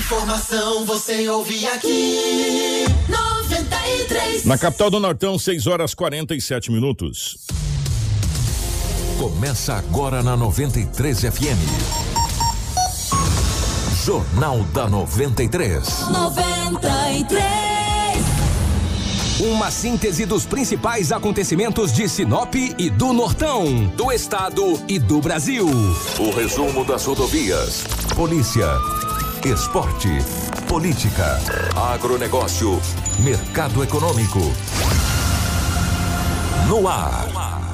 Informação você ouve aqui. 93. Na capital do Nortão, 6h47. Começa agora na 93 FM. Jornal da 93. 93. Uma síntese dos principais acontecimentos de Sinop e do Nortão, do estado e do Brasil. O resumo das rodovias, polícia, esporte, política, agronegócio, mercado econômico. No ar.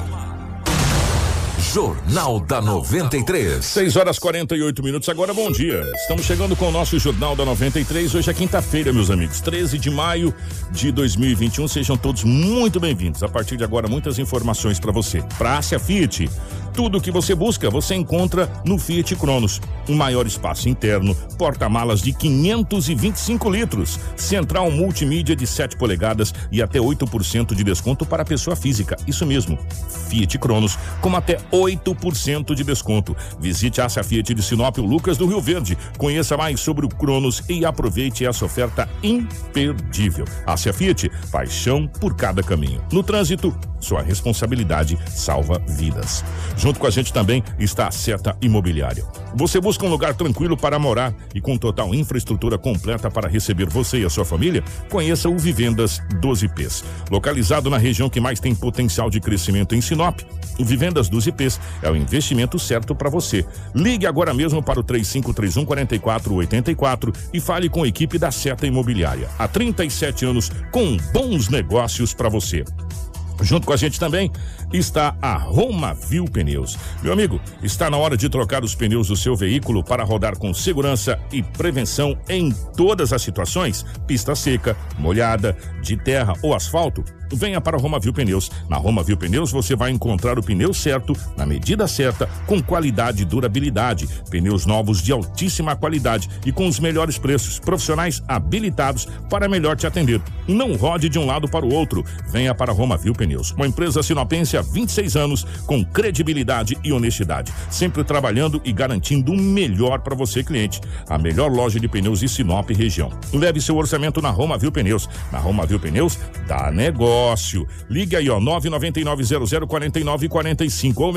Jornal da 93. 6h48. Agora, bom dia. Estamos chegando com o nosso Jornal da 93. Hoje é quinta-feira, meus amigos, 13 de maio de 2021. Sejam todos muito bem-vindos. A partir de agora, muitas informações para você. Pra Ásia Fiat, tudo o que você busca, você encontra no Fiat Cronos. Um maior espaço interno, porta-malas de 525 litros, central multimídia de 7 polegadas e até 8% de desconto para a pessoa física. Isso mesmo, Fiat Cronos, com até 8% de desconto. Visite a Ásia Fiat de Sinop, o Lucas do Rio Verde. Conheça mais sobre o Cronos e aproveite essa oferta imperdível. Ásia Fiat, paixão por cada caminho. No trânsito, sua responsabilidade salva vidas. Junto com a gente também está a Seta Imobiliária. Você busca um lugar tranquilo para morar e com total infraestrutura completa para receber você e a sua família? Conheça o Vivendas 12Ps. Localizado na região que mais tem potencial de crescimento em Sinop, o Vivendas 12Ps é o investimento certo para você. Ligue agora mesmo para o 3531-4484 e fale com a equipe da Seta Imobiliária. Há 37 anos com bons negócios para você. Junto com a gente também está a Romavil Pneus. Meu amigo, está na hora de trocar os pneus do seu veículo para rodar com segurança e prevenção em todas as situações, pista seca, molhada, de terra ou asfalto. Venha para a Romavil Pneus. Na Romavil Pneus você vai encontrar o pneu certo, na medida certa, com qualidade e durabilidade. Pneus novos de altíssima qualidade e com os melhores preços. Profissionais habilitados para melhor te atender. Não rode de um lado para o outro. Venha para a Romavil Pneus. Uma empresa sinopense há 26 anos com credibilidade e honestidade. Sempre trabalhando e garantindo o melhor para você, cliente. A melhor loja de pneus de Sinop e região. Leve seu orçamento na Romavil Pneus. Na Romavil Pneus dá negócio. Ligue aí, ó, 999-00-4945 ou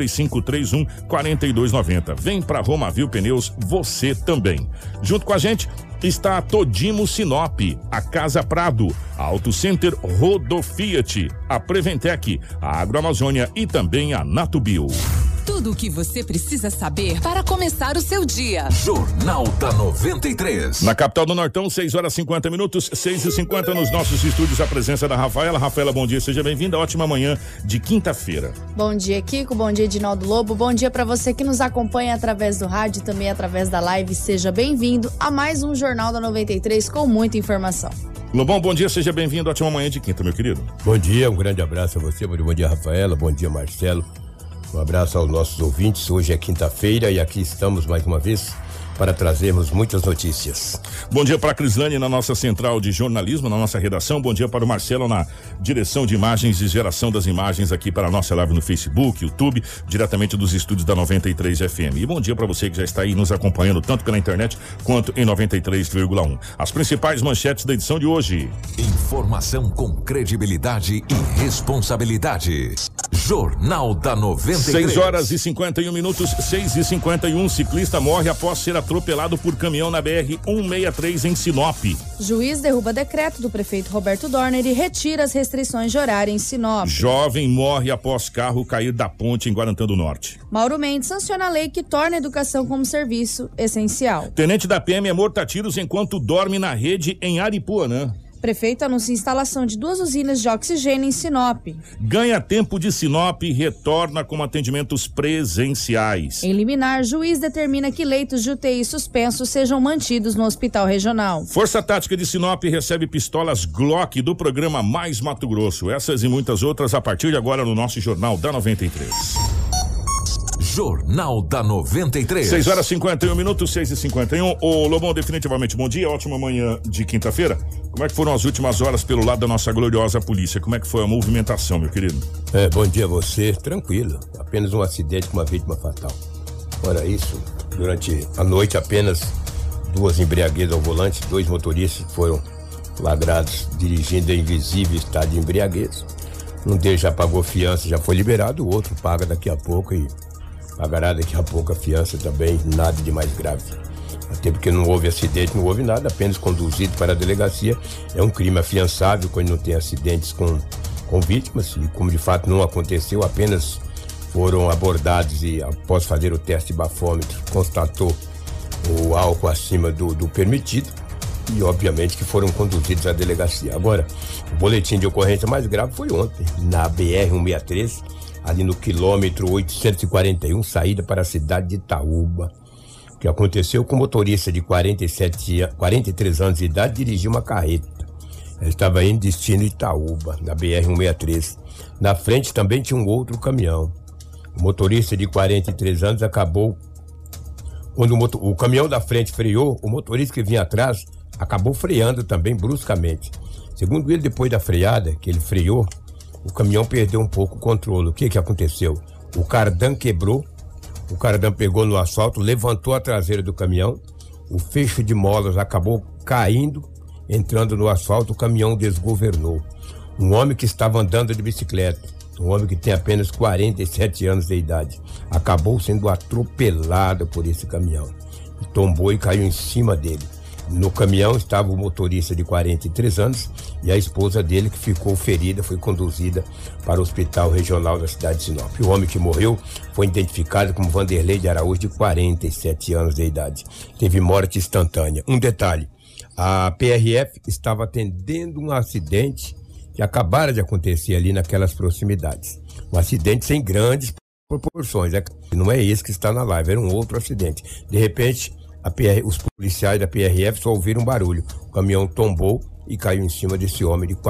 663531-4290. Vem pra Romavil Pneus, você também. Junto com a gente está a Todimo Sinop, a Casa Prado, a Auto Center Rodofiat, a Preventec, a Agroamazônia e também a Natubio. Tudo o que você precisa saber para começar o seu dia. Jornal da 93. Na capital do Nortão, 6h50, 6h50 nos nossos estúdios, a presença da Rafaela. Rafaela, bom dia, seja bem-vinda. Ótima manhã de quinta-feira. Bom dia, Kiko. Bom dia, Edinaldo Lobo. Bom dia para você que nos acompanha através do rádio e também através da live. Seja bem-vindo a mais um Jornal da 93 com muita informação. Lobão, bom dia, seja bem-vindo. Ótima manhã de quinta, meu querido. Bom dia, um grande abraço a você. Bom dia, Rafaela. Bom dia, Marcelo. Um abraço aos nossos ouvintes. Hoje é quinta-feira e aqui estamos mais uma vez para trazermos muitas notícias. Bom dia para a Crislane na nossa central de jornalismo, na nossa redação. Bom dia para o Marcelo na direção de imagens e geração das imagens aqui para a nossa live no Facebook, YouTube, diretamente dos estúdios da 93 FM. E bom dia para você que já está aí nos acompanhando tanto pela internet quanto em 93,1. As principais manchetes da edição de hoje. Informação com credibilidade e responsabilidade. Jornal da 93. 6h51, 6h51. Ciclista morre após ser atropelado por caminhão na BR-163 em Sinop. Juiz derruba decreto do prefeito Roberto Dorner e retira as restrições de horário em Sinop. Jovem morre após carro cair da ponte em Guarantã do Norte. Mauro Mendes sanciona a lei que torna a educação como serviço essencial. Tenente da PM é morto a tiros enquanto dorme na rede em Aripuanã. Prefeito anuncia instalação de 2 usinas de oxigênio em Sinop. Ganha tempo de Sinop e retorna com atendimentos presenciais. Em liminar, juiz determina que leitos de UTI suspensos sejam mantidos no hospital regional. Força Tática de Sinop recebe pistolas Glock do programa Mais Mato Grosso. Essas e muitas outras a partir de agora no nosso Jornal da 93. Jornal da 93. 6h51, 6h51. Ô Lobão, definitivamente bom dia, ótima manhã de quinta-feira. Como é que foram as últimas horas pelo lado da nossa gloriosa polícia? Como é que foi a movimentação, meu querido? Bom dia a você, tranquilo. Apenas um acidente com uma vítima fatal. Fora isso, durante a noite apenas 2 embriaguez ao volante, 2 motoristas foram flagrados dirigindo em invisível estado de embriaguez. Um deles já pagou fiança, já foi liberado, o outro paga daqui a pouco e pagará daqui a pouco a fiança também, nada de mais grave. Até porque não houve acidente, não houve nada, apenas conduzido para a delegacia. É um crime afiançável quando não tem acidentes com vítimas, e como de fato não aconteceu, apenas foram abordados e após fazer o teste de bafômetro, constatou o álcool acima do permitido e obviamente que foram conduzidos à delegacia. Agora, o boletim de ocorrência mais grave foi ontem, na BR-163, ali no quilômetro 841, saída para a cidade de Itaúba, que aconteceu com o motorista de 43 anos de idade, dirigiu uma carreta. Ele estava indo destino Itaúba, na BR-163. Na frente também tinha um outro caminhão. O motorista de 43 anos acabou... Quando o caminhão da frente freou, o motorista que vinha atrás acabou freando também bruscamente. Segundo ele, depois da freada, que ele freou, o caminhão perdeu um pouco o controle. O que aconteceu? O cardan quebrou, o cardan pegou no asfalto, levantou a traseira do caminhão, o fecho de molas acabou caindo, entrando no asfalto, o caminhão desgovernou. Um homem que estava andando de bicicleta, um homem que tem apenas 47 anos de idade, acabou sendo atropelado por esse caminhão. Tombou e caiu em cima dele. No caminhão estava o motorista de 43 anos e a esposa dele, que ficou ferida, foi conduzida para o hospital regional da cidade de Sinop. O homem que morreu foi identificado como Vanderlei de Araújo, de 47 anos de idade. Teve morte instantânea. Um detalhe, a PRF estava atendendo um acidente que acabara de acontecer ali naquelas proximidades. Um acidente sem grandes proporções, não é esse que está na live, era um outro acidente. De repente, os policiais da PRF só ouviram um barulho. O caminhão tombou e caiu em cima desse homem de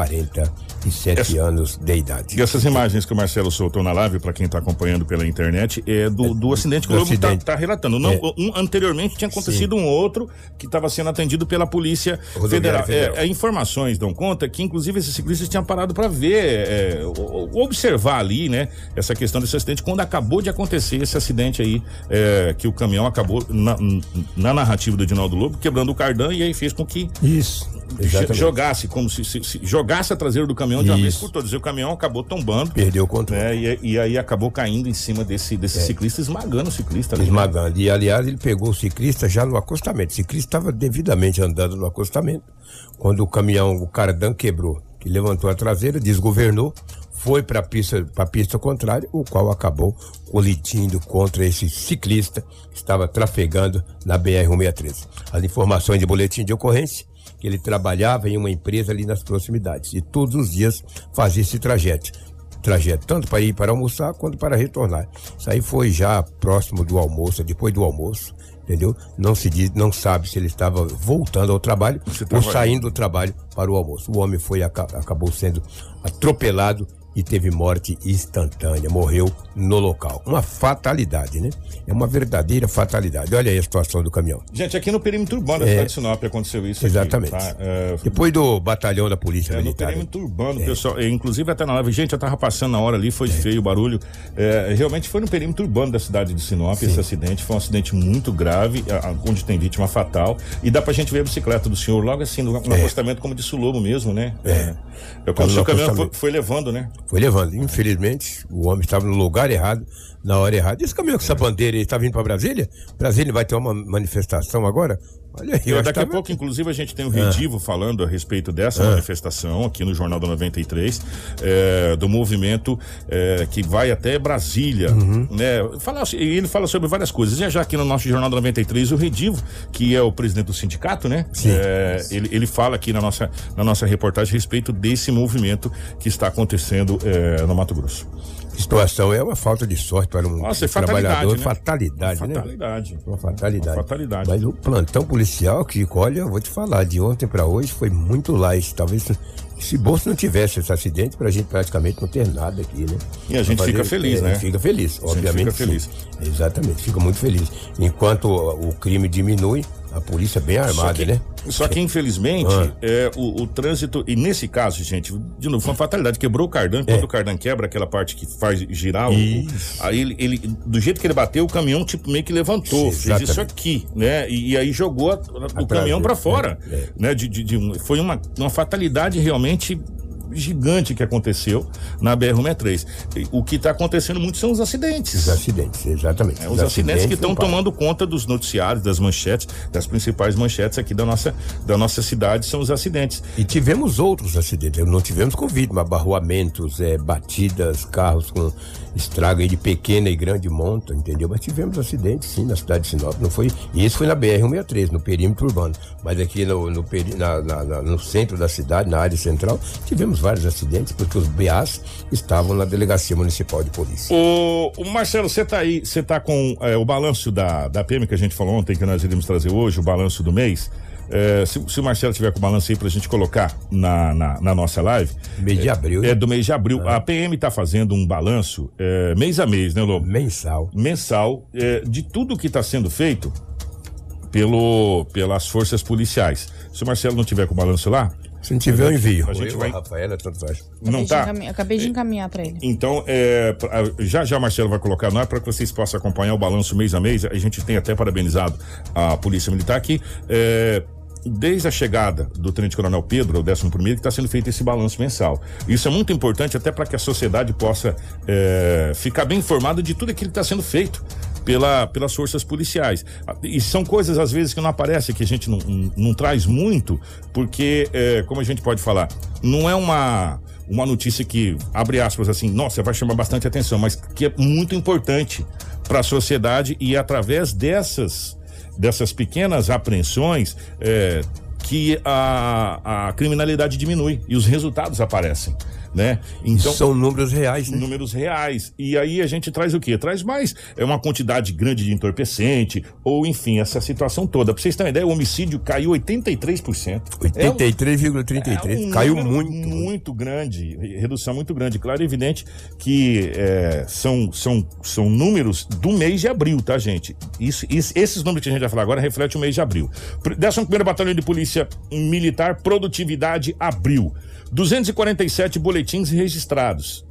47 anos de idade. E essas imagens que o Marcelo soltou na live, para quem está acompanhando pela internet, é do acidente que o Globo está relatando. Não, anteriormente tinha acontecido um outro que estava sendo atendido pela Polícia Federal. Informações dão conta que, inclusive, esses ciclistas tinham parado para ver, observar ali, né, essa questão desse acidente, quando acabou de acontecer esse acidente aí, que o caminhão acabou, na narrativa do Edinaldo Lobo, quebrando o cardan, e aí fez com que jogasse, como se jogasse a traseira do caminhão de uma vez por todas. E o caminhão acabou tombando. Perdeu o controle. E aí acabou caindo em cima desse ciclista, esmagando o ciclista. Esmagando. E aliás, ele pegou o ciclista já no acostamento. O ciclista estava devidamente andando no acostamento. Quando o cardan quebrou, que levantou a traseira, desgovernou, foi para a pista contrária, o qual acabou colidindo contra esse ciclista que estava trafegando na BR-163. As informações de boletim de ocorrência, que ele trabalhava em uma empresa ali nas proximidades e todos os dias fazia esse trajeto tanto para ir para almoçar quanto para retornar. Isso aí foi já próximo do almoço, depois do almoço, entendeu? Não sabe se ele estava voltando ao trabalho ou saindo do trabalho para o almoço. O homem acabou sendo atropelado e teve morte instantânea, morreu no local. Uma fatalidade, né? É uma verdadeira fatalidade. Olha aí a situação do caminhão. Gente, aqui no perímetro urbano da cidade de Sinop aconteceu isso. Exatamente. Aqui, tá? Depois do batalhão da Polícia Militar. No perímetro urbano, pessoal, inclusive até na live, gente, eu tava passando na hora ali, foi feio o barulho. Realmente foi no perímetro urbano da cidade de Sinop esse acidente, foi um acidente muito grave, onde tem vítima fatal, e dá pra gente ver a bicicleta do senhor logo assim, no acostamento, como disse o Lobo mesmo, né? O caminhão foi levando, né? Foi levando. Infelizmente, o homem estava no lugar errado, na hora errada. Esse caminhão com essa bandeira, ele está vindo para Brasília? Brasília vai ter uma manifestação agora? Olha aí. Daqui a pouco, inclusive, a gente tem o Redivo falando a respeito dessa manifestação aqui no Jornal da 93, do movimento que vai até Brasília, né? Ele fala sobre várias coisas. E já aqui no nosso Jornal da 93, o Redivo, que é o presidente do sindicato, né? Ele fala aqui na nossa reportagem a respeito desse movimento que está acontecendo no Mato Grosso. A situação é uma falta de sorte para um trabalhador. Né? Fatalidade, né? Uma fatalidade. Mas o plantão policial, que, olha, eu vou te falar, de ontem para hoje foi muito light. Talvez se Bolsa não tivesse esse acidente, pra gente praticamente não ter nada aqui, né? E a gente fica feliz, né? Fica feliz, obviamente. Fica feliz. Exatamente, fica muito feliz. Enquanto o crime diminui, A polícia é bem armada, né? Só que infelizmente, o trânsito, e nesse caso, gente, de novo, foi uma fatalidade, quebrou o cardan, quando o cardan quebra aquela parte que faz girar, aí ele, do jeito que ele bateu, o caminhão tipo meio que levantou, fez isso aqui, né? E aí jogou o caminhão pra fora, né? Foi uma fatalidade realmente gigante que aconteceu na BR-163. O que está acontecendo muito são os acidentes. Os acidentes, exatamente. Os acidentes que estão tomando conta dos noticiários, das manchetes, das principais manchetes aqui da nossa cidade, são os acidentes. E tivemos outros acidentes, não tivemos com vítima, abarroamentos, batidas, carros com estrago aí de pequena e grande monta, entendeu? Mas tivemos acidentes, sim, na cidade de Sinop, não foi? E isso foi na BR-163, no perímetro urbano. Mas aqui no centro da cidade, na área central, tivemos vários acidentes, porque os BAs estavam na Delegacia Municipal de Polícia. O Marcelo, você tá com o balanço da PM que a gente falou ontem, que nós iríamos trazer hoje, o balanço do mês. Se o Marcelo tiver com o balanço aí pra gente colocar na nossa live. Mês de abril. Do mês de abril. A PM tá fazendo um balanço mês a mês, né, Lobo? Mensal, de tudo que tá sendo feito pelas forças policiais. Se o Marcelo não tiver com o balanço lá, se não tiver, eu envio. A gente vai... Rafaela, tanto faz. Não tá? Acabei de encaminhar para ele. Então, já o Marcelo vai colocar no ar para que vocês possam acompanhar o balanço mês a mês. A gente tem até parabenizado a Polícia Militar aqui. Desde a chegada do Tenente Coronel Pedro, o 11º, que está sendo feito esse balanço mensal. Isso é muito importante até para que a sociedade possa ficar bem informada de tudo aquilo que está sendo feito pelas forças policiais. E são coisas, às vezes, que não aparecem, que a gente não traz muito, porque, como a gente pode falar, não é uma notícia que, abre aspas, assim, nossa, vai chamar bastante atenção, mas que é muito importante para a sociedade, e através dessas pequenas apreensões que a criminalidade diminui e os resultados aparecem, né? Então, são números reais, né? Números reais. E aí a gente traz o quê? Traz mais uma quantidade grande de entorpecente, ou enfim, essa situação toda. Pra vocês terem uma ideia, o homicídio caiu 83%. 83,33%. Caiu muito. Muito grande, redução muito grande. Claro e evidente que são números do mês de abril, tá, gente? Esses números que a gente vai falar agora refletem o mês de abril. 11º Batalhão de Polícia Militar, produtividade abril. 247 boletins registrados,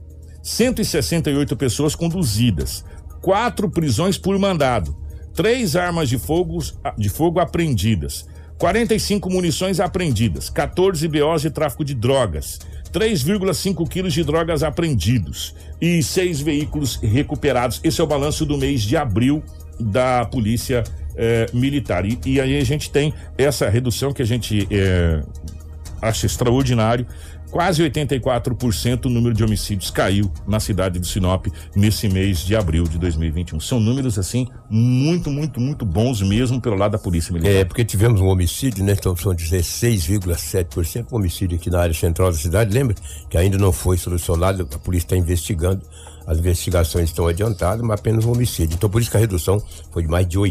168 pessoas conduzidas, 4 prisões por mandado, 3 armas de fogo apreendidas, 45 munições apreendidas, 14 BOs de tráfico de drogas, 3,5 quilos de drogas apreendidos e 6 veículos recuperados. Esse é o balanço do mês de abril da Polícia Militar. E aí a gente tem essa redução que a gente acha extraordinário. Quase 84% o número de homicídios caiu na cidade de Sinop nesse mês de abril de 2021. São números, assim, muito, muito, muito bons mesmo pelo lado da Polícia Militar. Porque tivemos um homicídio, né? Então são 16,7% homicídio aqui na área central da cidade. Lembra que ainda não foi solucionado, a polícia está investigando. As investigações estão adiantadas, mas apenas um homicídio. Então, por isso que a redução foi de mais de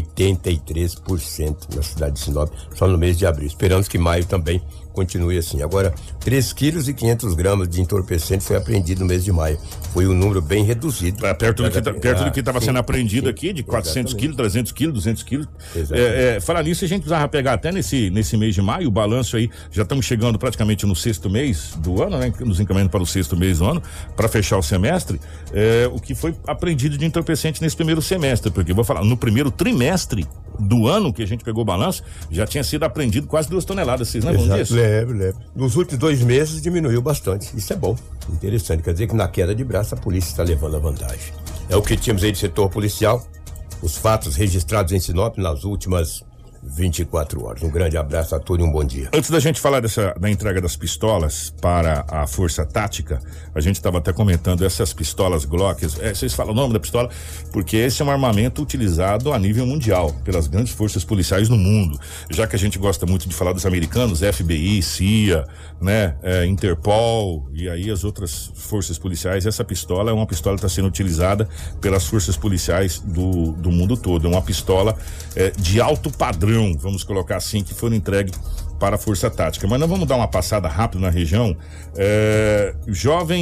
83% na cidade de Sinop, só no mês de abril. Esperamos que maio também continue assim. Agora, 3 quilos e 500 gramas de entorpecente foi apreendido no mês de maio. Foi um número bem reduzido. Perto do que estava sendo apreendido aqui, de 400 quilos, 300 quilos, 200 quilos. Falar nisso, a gente precisava pegar até nesse mês de maio, o balanço aí, já estamos chegando praticamente no 6º mês do ano, né? Nos encaminhando para o 6º mês do ano, para fechar o semestre. O que foi apreendido de entorpecente nesse primeiro semestre, porque vou falar, no primeiro trimestre do ano que a gente pegou o balanço, já tinha sido apreendido quase 2 toneladas. Vocês lembram disso? Lembro. Nos últimos 2 meses diminuiu bastante. Isso é bom, interessante. Quer dizer que na queda de braço a polícia está levando a vantagem. É o que tínhamos aí de setor policial. Os fatos registrados em Sinop nas últimas 24 horas. Um grande abraço a todos e um bom dia. Antes da gente falar da entrega das pistolas para a Força Tática, a gente estava até comentando essas pistolas Glock. Vocês falam o nome da pistola? Porque esse é um armamento utilizado a nível mundial pelas grandes forças policiais no mundo. Já que a gente gosta muito de falar dos americanos, FBI, CIA, né, Interpol e aí as outras forças policiais, essa pistola é uma pistola que está sendo utilizada pelas forças policiais do mundo todo. É uma pistola de alto padrão, vamos colocar assim, que foram entregues para a Força Tática. Mas nós vamos dar uma passada rápida na região. Jovem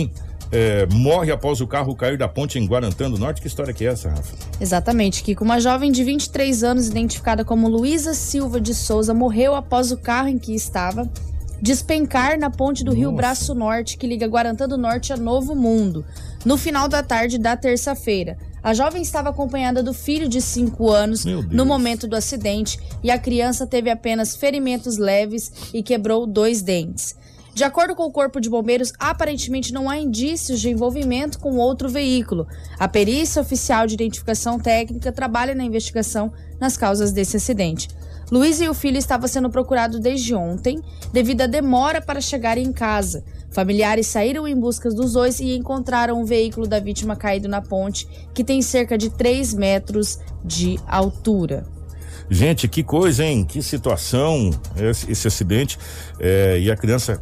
morre após o carro cair da ponte em Guarantã do Norte. Que história que é essa, Rafa? Exatamente, Kiko. Uma jovem de 23 anos, identificada como Luísa Silva de Souza, morreu após o carro em que estava despencar na ponte do Rio Braço Norte, que liga Guarantã do Norte a Novo Mundo, no final da tarde da terça-feira. A jovem estava acompanhada do filho de 5 anos no momento do acidente e a criança teve apenas ferimentos leves e quebrou 2 dentes. De acordo com o Corpo de Bombeiros, aparentemente não há indícios de envolvimento com outro veículo. A perícia oficial de identificação técnica trabalha na investigação nas causas desse acidente. Luiz e o filho estavam sendo procurados desde ontem, devido à demora para chegarem em casa. Familiares saíram em busca dos dois e encontraram o veículo da vítima caído na ponte, que tem cerca de 3 metros de altura. Gente, que coisa, hein? Que situação esse acidente. E a criança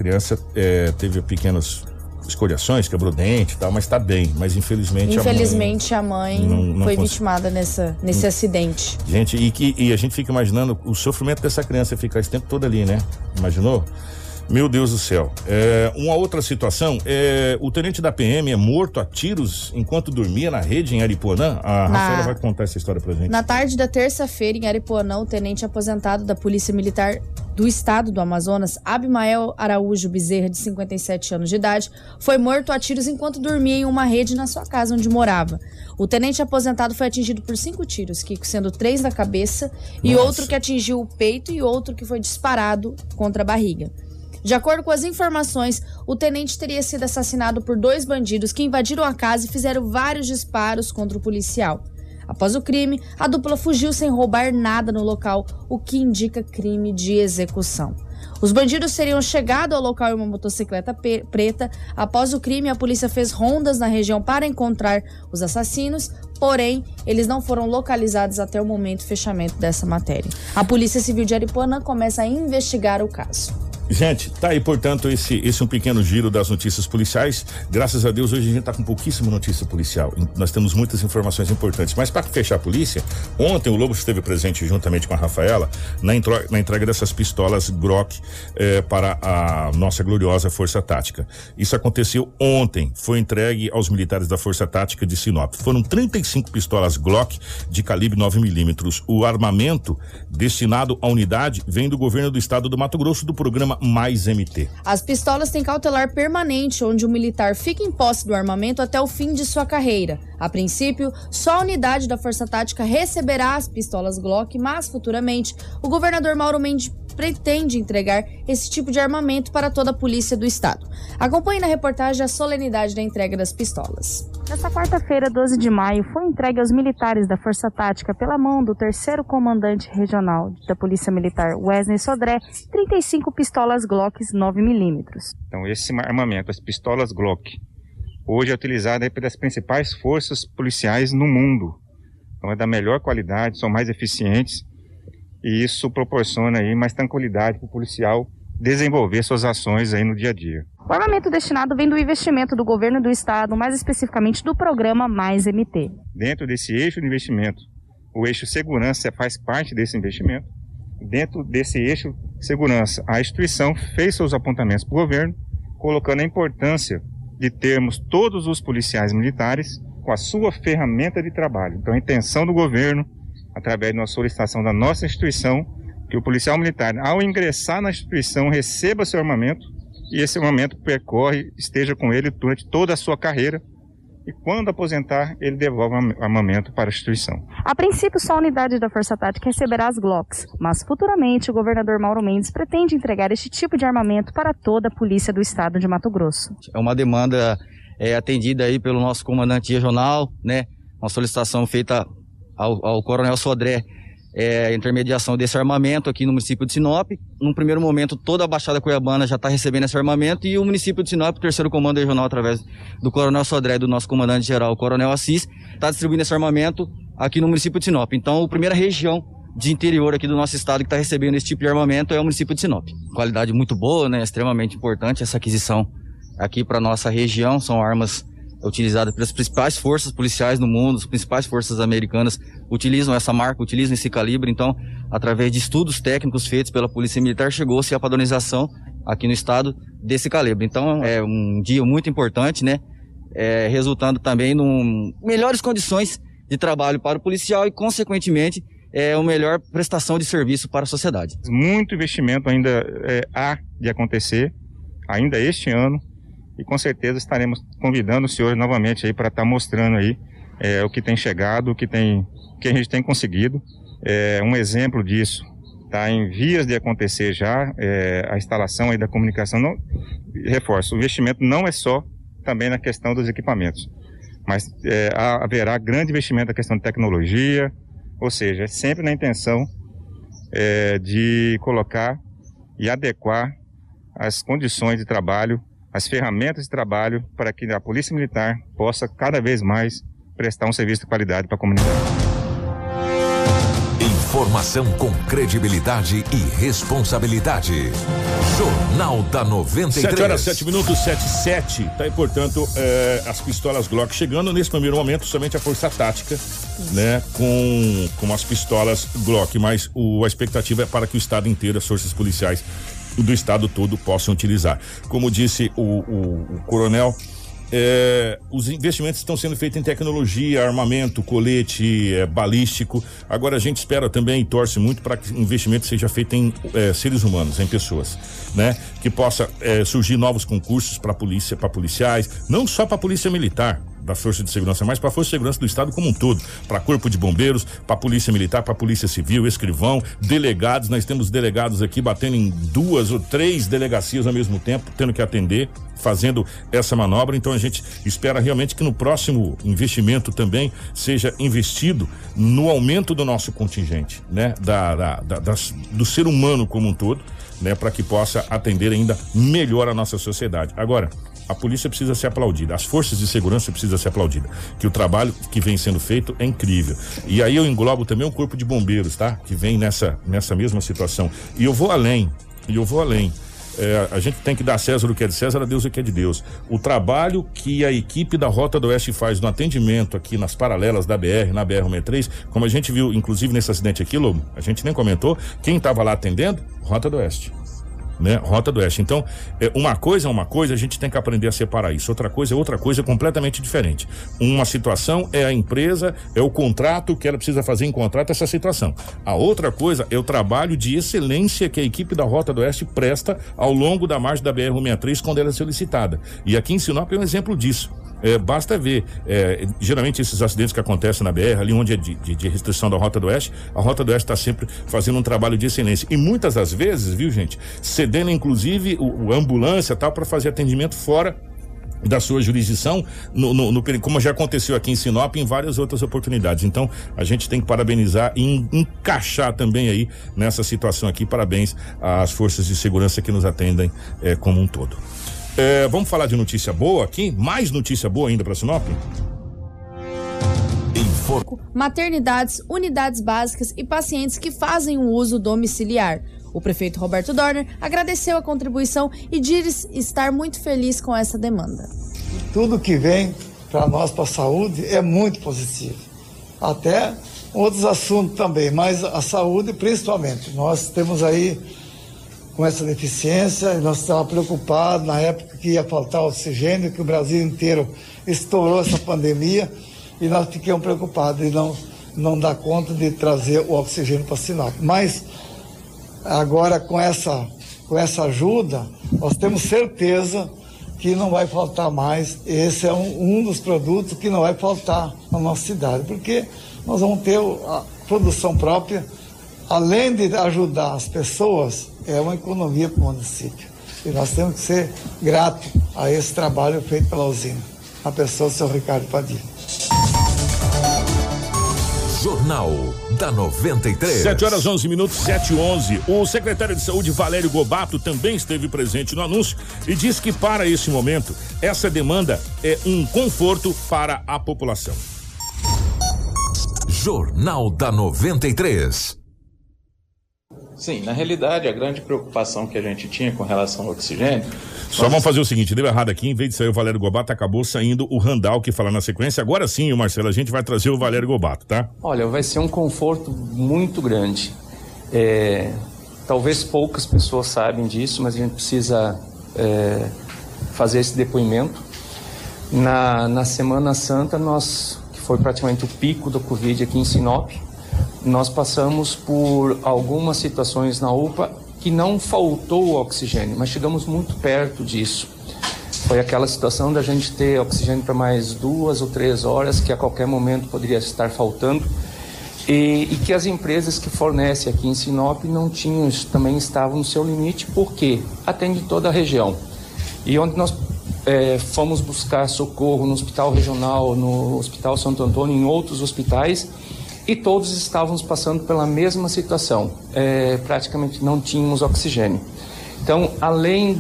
teve pequenas escoriações, quebrou dente e tal, mas tá bem. Mas infelizmente a mãe não foi vitimada nesse acidente. Gente, e a gente fica imaginando o sofrimento dessa criança ficar esse tempo todo ali, né? Imaginou? Meu Deus do céu. Uma outra situação, o tenente da PM é morto a tiros enquanto dormia na rede em Aripuanã. A Rafaela vai contar essa história pra gente. Na tarde da terça-feira, em Aripuanã, o tenente aposentado da Polícia Militar do Estado do Amazonas, Abimael Araújo Bezerra, de 57 anos de idade, foi morto a tiros enquanto dormia em uma rede na sua casa onde morava. O tenente aposentado foi atingido por 5 tiros, Kiko, sendo 3 na cabeça e outro que atingiu o peito e outro que foi disparado contra a barriga. De acordo com as informações, o tenente teria sido assassinado por 2 bandidos que invadiram a casa e fizeram vários disparos contra o policial. Após o crime, a dupla fugiu sem roubar nada no local, o que indica crime de execução. Os bandidos teriam chegado ao local em uma motocicleta preta. Após o crime, a polícia fez rondas na região para encontrar os assassinos, porém, eles não foram localizados até o momento do fechamento dessa matéria. A Polícia Civil de Aripuanã começa a investigar o caso. Gente, tá aí, portanto, esse um pequeno giro das notícias policiais. Graças a Deus, hoje a gente tá com pouquíssima notícia policial. Nós temos muitas informações importantes. Mas para fechar a polícia, ontem o Lobo esteve presente juntamente com a Rafaela na entrega dessas pistolas Glock para a nossa gloriosa Força Tática. Isso aconteceu ontem. Foi entregue aos militares da Força Tática de Sinop. Foram 35 pistolas Glock de calibre 9mm. O armamento destinado à unidade vem do governo do estado do Mato Grosso, do programa Mais MT. As pistolas têm cautelar permanente, onde o militar fica em posse do armamento até o fim de sua carreira. A princípio, só a unidade da Força Tática receberá as pistolas Glock, mas futuramente o governador Mauro Mendes pretende entregar esse tipo de armamento para toda a polícia do estado. Acompanhe na reportagem a solenidade da entrega das pistolas. Nesta quarta-feira, 12 de maio, foi entregue aos militares da Força Tática, pela mão do 3º comandante regional da Polícia Militar, Wesley Sodré, 35 pistolas Glock 9mm. Então, esse armamento, as pistolas Glock, hoje é utilizado pelas principais forças policiais no mundo. Então, é da melhor qualidade, são mais eficientes, e isso proporciona aí mais tranquilidade para o policial desenvolver suas ações aí no dia a dia. O armamento destinado vem do investimento do governo do estado, mais especificamente do programa Mais MT. Dentro desse eixo de investimento, o eixo segurança faz parte desse investimento. Dentro desse eixo segurança, a instituição fez seus apontamentos para o governo, colocando a importância de termos todos os policiais militares com a sua ferramenta de trabalho. Então, a intenção do governo, através de uma solicitação da nossa instituição, que o policial militar, ao ingressar na instituição, receba seu armamento e esse armamento esteja com ele durante toda a sua carreira e quando aposentar, ele devolve o armamento para a instituição. A princípio, só a unidade da Força Tática receberá as Glocks, mas futuramente o governador Mauro Mendes pretende entregar este tipo de armamento para toda a polícia do estado de Mato Grosso. É uma demanda atendida aí pelo nosso comandante regional, né? Uma solicitação feita ao Coronel Sodré, a intermediação desse armamento aqui no município de Sinop. Num primeiro momento, toda a Baixada Cuiabana já está recebendo esse armamento e o município de Sinop, o 3º Comando Regional, através do Coronel Sodré e do nosso comandante-geral, o Coronel Assis, está distribuindo esse armamento aqui no município de Sinop. Então, a primeira região de interior aqui do nosso estado que está recebendo esse tipo de armamento é o município de Sinop. Qualidade muito boa, né? Extremamente importante essa aquisição aqui para nossa região. São armas utilizadas pelas principais forças policiais no mundo, as principais forças americanas utilizam essa marca, utilizam esse calibre. Então, através de estudos técnicos feitos pela Polícia Militar, chegou-se à padronização aqui no estado desse calibre. Então é um dia muito importante, né? Resultando também em melhores condições de trabalho para o policial e, consequentemente, uma melhor prestação de serviço para a sociedade. Muito investimento ainda há de acontecer, ainda este ano, e com certeza estaremos convidando os senhores novamente aí para estar mostrando aí o que tem chegado, o que a gente tem conseguido. Um exemplo disso está em vias de acontecer já, a instalação aí da comunicação. Não, reforço, o investimento não é só também na questão dos equipamentos, mas haverá grande investimento na questão de tecnologia, ou seja, é sempre na intenção de colocar e adequar as condições de trabalho, as ferramentas de trabalho, para que a Polícia Militar possa cada vez mais prestar um serviço de qualidade para a comunidade. Informação com credibilidade e responsabilidade. Jornal da 93. 7 horas, 7 minutos, 7:07. Tá aí, portanto, as pistolas Glock chegando nesse primeiro momento, somente a força tática, né? Com as pistolas Glock, mas a expectativa é para que o estado inteiro, as forças policiais do estado todo possam utilizar. Como disse o coronel, os investimentos estão sendo feitos em tecnologia, armamento, colete, balístico. Agora a gente espera também e torce muito para que o investimento seja feito em seres humanos, em pessoas, né? Que possa surgir novos concursos para polícia, para policiais, não só para a polícia militar da Força de Segurança, mas para a Força de Segurança do Estado como um todo, para Corpo de Bombeiros, para a Polícia Militar, para a Polícia Civil, escrivão, delegados. Nós temos delegados aqui batendo em 2 ou 3 delegacias ao mesmo tempo, tendo que atender, fazendo essa manobra. Então a gente espera realmente que no próximo investimento também seja investido no aumento do nosso contingente, né? Do ser humano como um todo, né? Para que possa atender ainda melhor a nossa sociedade. Agora, a polícia precisa ser aplaudida, as forças de segurança precisam ser aplaudidas, que o trabalho que vem sendo feito é incrível. E aí eu englobo também o Corpo de Bombeiros, tá? Que vem nessa mesma situação. E eu vou além. A gente tem que dar a César o que é de César, a Deus o que é de Deus. O trabalho que a equipe da Rota do Oeste faz no atendimento aqui nas paralelas da BR, na BR-163, como a gente viu, inclusive nesse acidente aqui, Lobo, a gente nem comentou, quem estava lá atendendo? Rota do Oeste. Né? Rota do Oeste. Então, uma coisa é uma coisa, a gente tem que aprender a separar isso. Outra coisa é outra coisa completamente diferente. Uma situação é a empresa, é o contrato que ela precisa fazer em contrato, essa situação. A outra coisa é o trabalho de excelência que a equipe da Rota do Oeste presta ao longo da margem da BR-163 quando ela é solicitada. E aqui em Sinop é um exemplo disso. Basta ver, geralmente esses acidentes que acontecem na BR, ali onde é de restrição da Rota do Oeste, a Rota do Oeste está sempre fazendo um trabalho de excelência. E muitas das vezes, viu, gente, cedendo inclusive a ambulância tal para fazer atendimento fora da sua jurisdição, como já aconteceu aqui em Sinop em várias outras oportunidades. Então, a gente tem que parabenizar e encaixar também aí nessa situação aqui. Parabéns às forças de segurança que nos atendem como um todo. Vamos falar de notícia boa aqui? Mais notícia boa ainda para Sinop? Maternidades, unidades básicas e pacientes que fazem o uso domiciliar. O prefeito Roberto Dorner agradeceu a contribuição e diz estar muito feliz com essa demanda. Tudo que vem para nós, para a saúde, é muito positivo. Até outros assuntos também, mas a saúde principalmente. Nós temos aí com essa deficiência, nós estávamos preocupados na época que ia faltar oxigênio, que o Brasil inteiro estourou essa pandemia e nós ficamos preocupados de não dar conta de trazer o oxigênio para Sinop. Mas agora com essa ajuda, nós temos certeza que não vai faltar mais. Esse é um dos produtos que não vai faltar na nossa cidade, porque nós vamos ter a produção própria, além de ajudar as pessoas, é uma economia para o município. E nós temos que ser gratos a esse trabalho feito pela usina. A pessoa do seu Ricardo Padilha. Jornal da 93. 7 horas 11 minutos, 7:11. O secretário de Saúde, Valério Gobato, também esteve presente no anúncio e disse que para esse momento, essa demanda é um conforto para a população. Jornal da 93. Sim, na realidade, a grande preocupação que a gente tinha com relação ao oxigênio... Só vamos fazer o seguinte, deu errado aqui, em vez de sair o Valério Gobato, acabou saindo o Randall, que fala na sequência. Agora sim, Marcelo, a gente vai trazer o Valério Gobato, tá? Olha, vai ser um conforto muito grande. Talvez poucas pessoas sabem disso, mas a gente precisa fazer esse depoimento. Na Semana Santa, que foi praticamente o pico da Covid aqui em Sinop, nós passamos por algumas situações na UPA que não faltou oxigênio, mas chegamos muito perto disso. Foi aquela situação da gente ter oxigênio para mais 2 ou 3 horas, que a qualquer momento poderia estar faltando, e que as empresas que fornecem aqui em Sinop não tinham, também estavam no seu limite, porque atende toda a região. E onde nós fomos buscar socorro no Hospital Regional, no Hospital Santo Antônio, em outros hospitais, e todos estávamos passando pela mesma situação, praticamente não tínhamos oxigênio. Então, além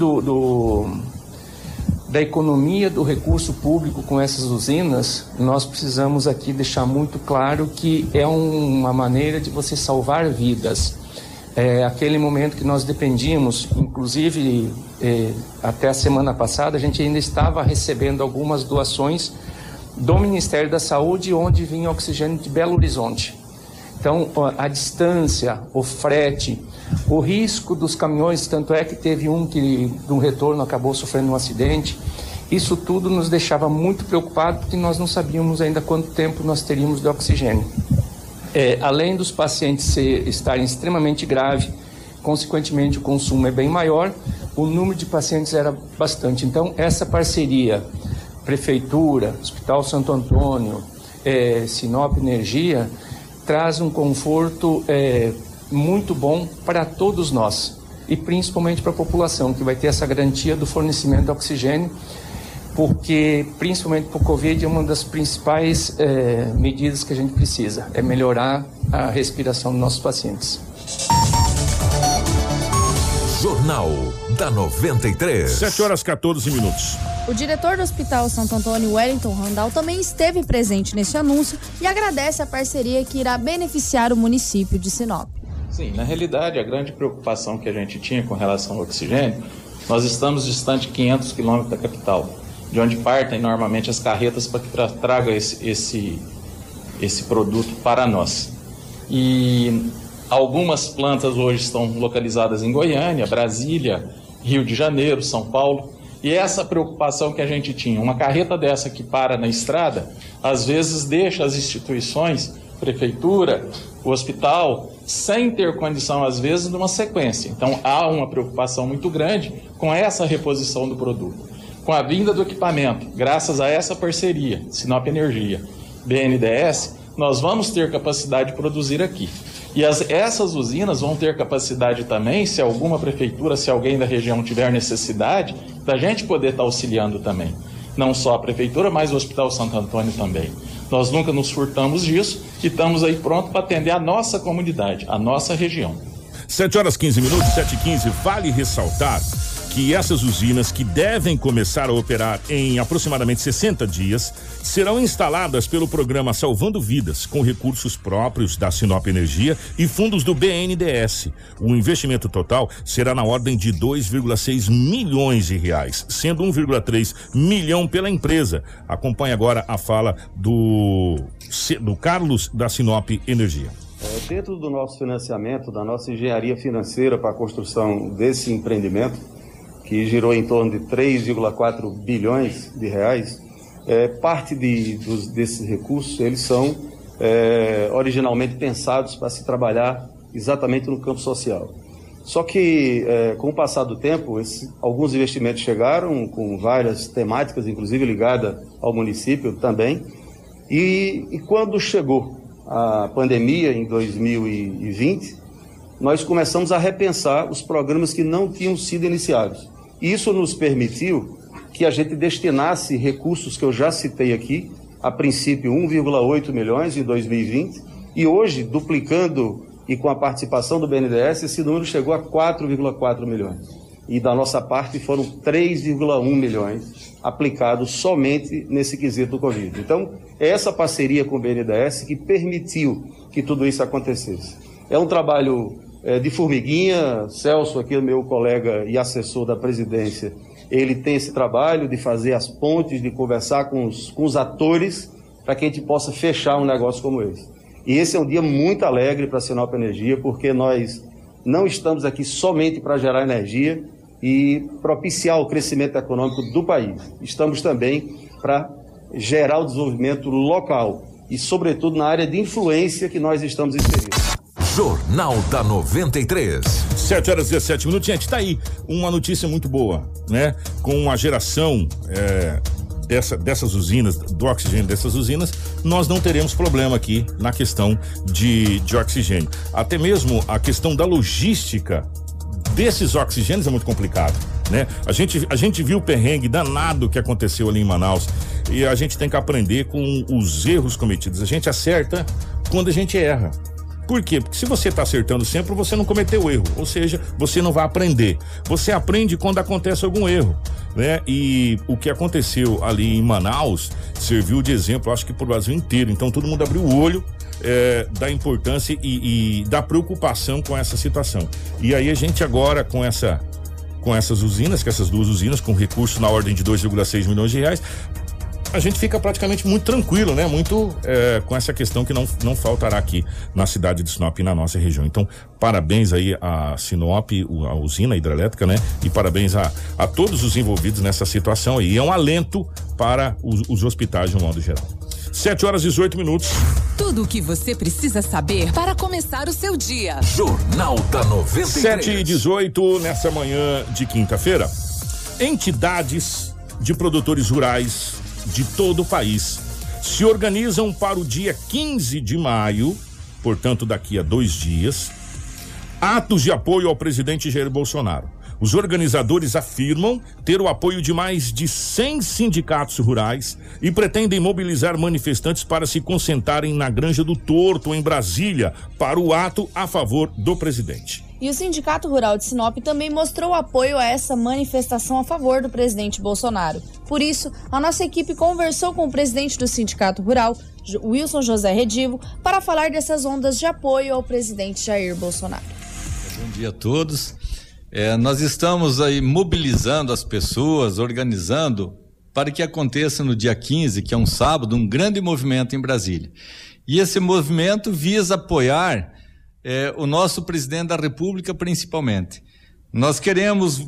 da economia do recurso público com essas usinas, nós precisamos aqui deixar muito claro que é uma maneira de você salvar vidas. Aquele momento que nós dependíamos, inclusive até a semana passada, a gente ainda estava recebendo algumas doações do Ministério da Saúde, onde vinha oxigênio de Belo Horizonte. Então, a distância, o frete, o risco dos caminhões, tanto é que teve um que, no retorno, acabou sofrendo um acidente. Isso tudo nos deixava muito preocupados, porque nós não sabíamos ainda quanto tempo nós teríamos de oxigênio. Além dos pacientes estarem extremamente graves, consequentemente o consumo é bem maior, o número de pacientes era bastante. Então, essa parceria, Prefeitura, Hospital Santo Antônio, Sinop Energia, traz um conforto muito bom para todos nós, e principalmente para a população, que vai ter essa garantia do fornecimento de oxigênio, porque, principalmente para o Covid, é uma das principais medidas que a gente precisa, é melhorar a respiração dos nossos pacientes. Jornal da 93. 7h14. O diretor do Hospital Santo Antônio, Wellington Randall, também esteve presente nesse anúncio e agradece a parceria que irá beneficiar o município de Sinop. Sim, na realidade, a grande preocupação que a gente tinha com relação ao oxigênio, nós estamos distante de 500 quilômetros da capital, de onde partem normalmente as carretas para que tragam esse produto para nós. E algumas plantas hoje estão localizadas em Goiânia, Brasília, Rio de Janeiro, São Paulo. E essa preocupação que a gente tinha, uma carreta dessa que para na estrada, às vezes deixa as instituições, prefeitura, o hospital, sem ter condição, às vezes, de uma sequência. Então, há uma preocupação muito grande com essa reposição do produto. Com a vinda do equipamento, graças a essa parceria, Sinop Energia, BNDES, nós vamos ter capacidade de produzir aqui. E essas usinas vão ter capacidade também, se alguma prefeitura, se alguém da região tiver necessidade, da gente poder estar auxiliando também. Não só a prefeitura, mas o Hospital Santo Antônio também. Nós nunca nos furtamos disso e estamos aí prontos para atender a nossa comunidade, a nossa região. 7h15, 7h15, vale ressaltar que essas usinas, que devem começar a operar em aproximadamente 60 dias, serão instaladas pelo programa Salvando Vidas, com recursos próprios da Sinop Energia e fundos do BNDES. O investimento total será na ordem de 2,6 milhões de reais, sendo 1,3 milhão pela empresa. Acompanhe agora a fala do Carlos, da Sinop Energia. Dentro do nosso financiamento, da nossa engenharia financeira para a construção desse empreendimento, que girou em torno de 3,4 bilhões de reais, parte desses recursos, eles são originalmente pensados para se trabalhar exatamente no campo social. Só que, com o passar do tempo, alguns investimentos chegaram com várias temáticas, inclusive ligada ao município também, e quando chegou a pandemia em 2020, nós começamos a repensar os programas que não tinham sido iniciados. Isso nos permitiu que a gente destinasse recursos que eu já citei aqui, a princípio 1,8 milhões em 2020, e hoje, duplicando e com a participação do BNDES, esse número chegou a 4,4 milhões. E da nossa parte foram 3,1 milhões aplicados somente nesse quesito do Covid. Então, é essa parceria com o BNDES que permitiu que tudo isso acontecesse. É um trabalho de formiguinha. Celso, aqui o meu colega e assessor da presidência, ele tem esse trabalho de fazer as pontes, de conversar com os atores para que a gente possa fechar um negócio como esse. E esse é um dia muito alegre para a Sinop Energia, porque nós não estamos aqui somente para gerar energia e propiciar o crescimento econômico do país. Estamos também para gerar o desenvolvimento local e, sobretudo, na área de influência que nós estamos inseridos. Jornal da 93. 7h17. Gente, tá aí uma notícia muito boa, né? Com a geração dessas usinas, do oxigênio dessas usinas, nós não teremos problema aqui na questão de oxigênio. Até mesmo a questão da logística desses oxigênios é muito complicado, né? A gente viu o perrengue danado que aconteceu ali em Manaus e a gente tem que aprender com os erros cometidos. A gente acerta quando a gente erra. Por quê? Porque se você está acertando sempre, você não cometeu erro, ou seja, você não vai aprender. Você aprende quando acontece algum erro, né? E o que aconteceu ali em Manaus serviu de exemplo, acho que pro Brasil inteiro. Então todo mundo abriu o olho da importância e da preocupação com essa situação. E aí a gente agora com essas usinas, com essas duas usinas, com recurso na ordem de 2,6 milhões de reais, a gente fica praticamente muito tranquilo, né? Muito com essa questão que não faltará aqui na cidade de Sinop e na nossa região. Então, parabéns aí a Sinop, a usina hidrelétrica, né? E parabéns a todos os envolvidos nessa situação aí. É um alento para os hospitais de um modo geral. 7h18. Tudo o que você precisa saber para começar o seu dia. Jornal da 93. 7h18 nessa manhã de quinta-feira. Entidades de produtores rurais de todo o país se organizam para o dia 15 de maio, portanto daqui a 2 dias, atos de apoio ao presidente Jair Bolsonaro. Os organizadores afirmam ter o apoio de mais de 100 sindicatos rurais e pretendem mobilizar manifestantes para se concentrarem na Granja do Torto, em Brasília, para o ato a favor do presidente. E o Sindicato Rural de Sinop também mostrou apoio a essa manifestação a favor do presidente Bolsonaro. Por isso, a nossa equipe conversou com o presidente do Sindicato Rural, Wilson José Redivo, para falar dessas ondas de apoio ao presidente Jair Bolsonaro. Bom dia a todos. Nós estamos aí mobilizando as pessoas, organizando para que aconteça no dia 15, que é um sábado, um grande movimento em Brasília. E esse movimento visa apoiar o nosso presidente da República, principalmente. Nós queremos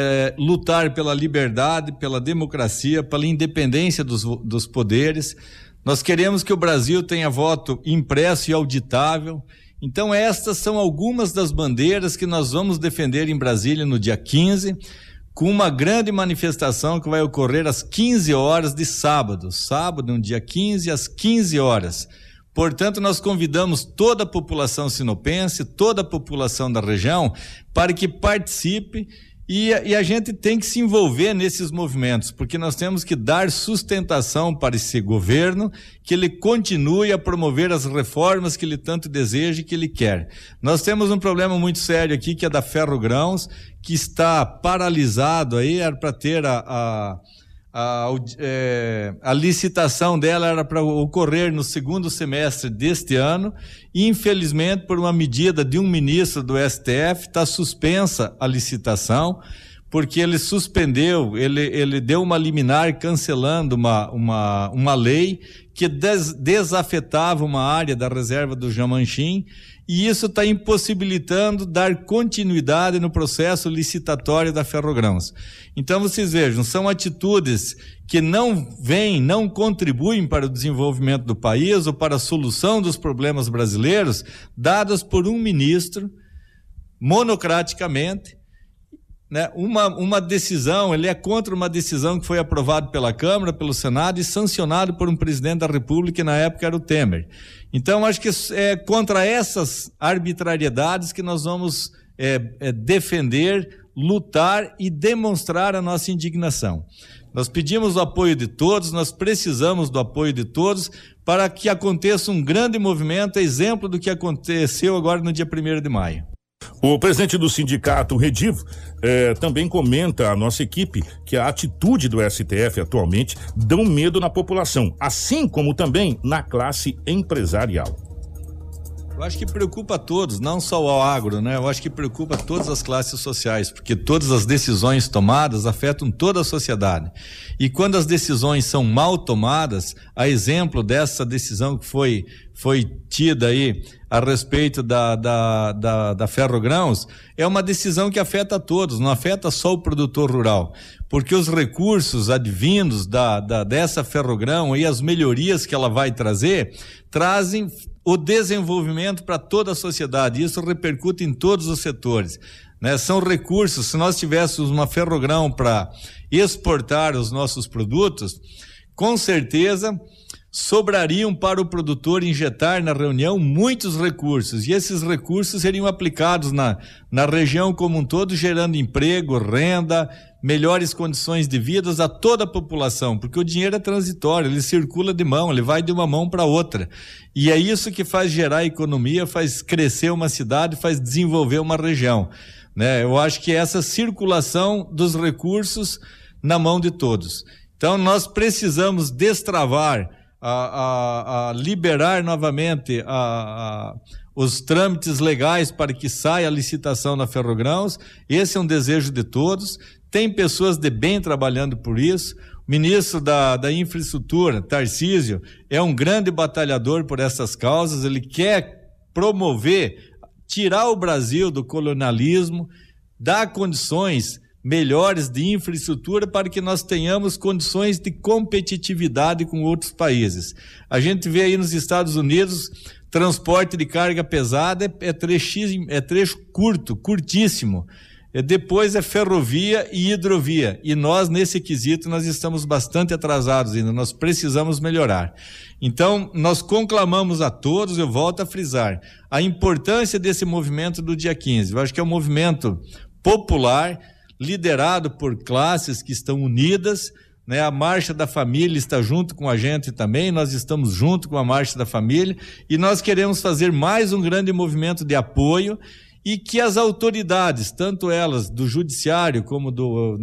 lutar pela liberdade, pela democracia, pela independência dos poderes. Nós queremos que o Brasil tenha voto impresso e auditável. Então estas são algumas das bandeiras que nós vamos defender em Brasília no dia 15, com uma grande manifestação que vai ocorrer às 15 horas de sábado, no dia 15, às 15 horas. Portanto, nós convidamos toda a população sinopense, toda a população da região, para que participe e a gente tem que se envolver nesses movimentos, porque nós temos que dar sustentação para esse governo, que ele continue a promover as reformas que ele tanto deseja e que ele quer. Nós temos um problema muito sério aqui, que é da Ferrogrãos, que está paralisado aí, era para ter a licitação dela era para ocorrer no segundo semestre deste ano e, infelizmente, por uma medida de um ministro do STF, está suspensa a licitação, porque ele suspendeu, ele deu uma liminar cancelando uma lei que desafetava uma área da reserva do Jamanchim, e isso está impossibilitando dar continuidade no processo licitatório da Ferrogrãos. Então vocês vejam, são atitudes que não contribuem para o desenvolvimento do país ou para a solução dos problemas brasileiros, dadas por um ministro, monocraticamente, né? Uma decisão, ele é contra uma decisão que foi aprovada pela Câmara, pelo Senado e sancionado por um presidente da República, que na época era o Temer. Então, acho que é contra essas arbitrariedades que nós vamos defender, lutar e demonstrar a nossa indignação. Nós pedimos o apoio de todos, nós precisamos do apoio de todos para que aconteça um grande movimento, exemplo do que aconteceu agora no dia 1º de maio. O presidente do sindicato, Redivo, também comenta a nossa equipe que a atitude do STF atualmente dão medo na população, assim como também na classe empresarial. Eu acho que preocupa a todos, não só o agro, né? Eu acho que preocupa todas as classes sociais, porque todas as decisões tomadas afetam toda a sociedade. E quando as decisões são mal tomadas, a exemplo dessa decisão que foi tida aí a respeito da Ferrogrãos, é uma decisão que afeta a todos, não afeta só o produtor rural, porque os recursos advindos dessa Ferrogrão e as melhorias que ela vai trazer, trazem o desenvolvimento para toda a sociedade. Isso repercute em todos os setores, né? São recursos. Se nós tivéssemos uma Ferrogrão para exportar os nossos produtos, com certeza sobrariam para o produtor injetar na reunião muitos recursos, e esses recursos seriam aplicados na região como um todo, gerando emprego, renda, melhores condições de vida a toda a população, porque o dinheiro é transitório, ele circula de mão, ele vai de uma mão para outra, e é isso que faz gerar economia, faz crescer uma cidade, faz desenvolver uma região, né? Eu acho que essa circulação dos recursos na mão de todos. Então nós precisamos destravar, a liberar novamente os trâmites legais para que saia a licitação na Ferrogrãos. Esse é um desejo de todos. Tem pessoas de bem trabalhando por isso. O ministro da Infraestrutura, Tarcísio, é um grande batalhador por essas causas. Ele quer promover, tirar o Brasil do colonialismo, dar condições melhores de infraestrutura para que nós tenhamos condições de competitividade com outros países. A gente vê aí nos Estados Unidos, transporte de carga pesada é trecho curtíssimo. Depois é ferrovia e hidrovia. E nós, nesse quesito, nós estamos bastante atrasados ainda. Nós precisamos melhorar. Então, nós conclamamos a todos, eu volto a frisar, a importância desse movimento do dia 15. Eu acho que é um movimento popular, liderado por classes que estão unidas, né? A Marcha da Família está junto com a gente também, nós estamos junto com a Marcha da Família, e nós queremos fazer mais um grande movimento de apoio, e que as autoridades, tanto elas do Judiciário como do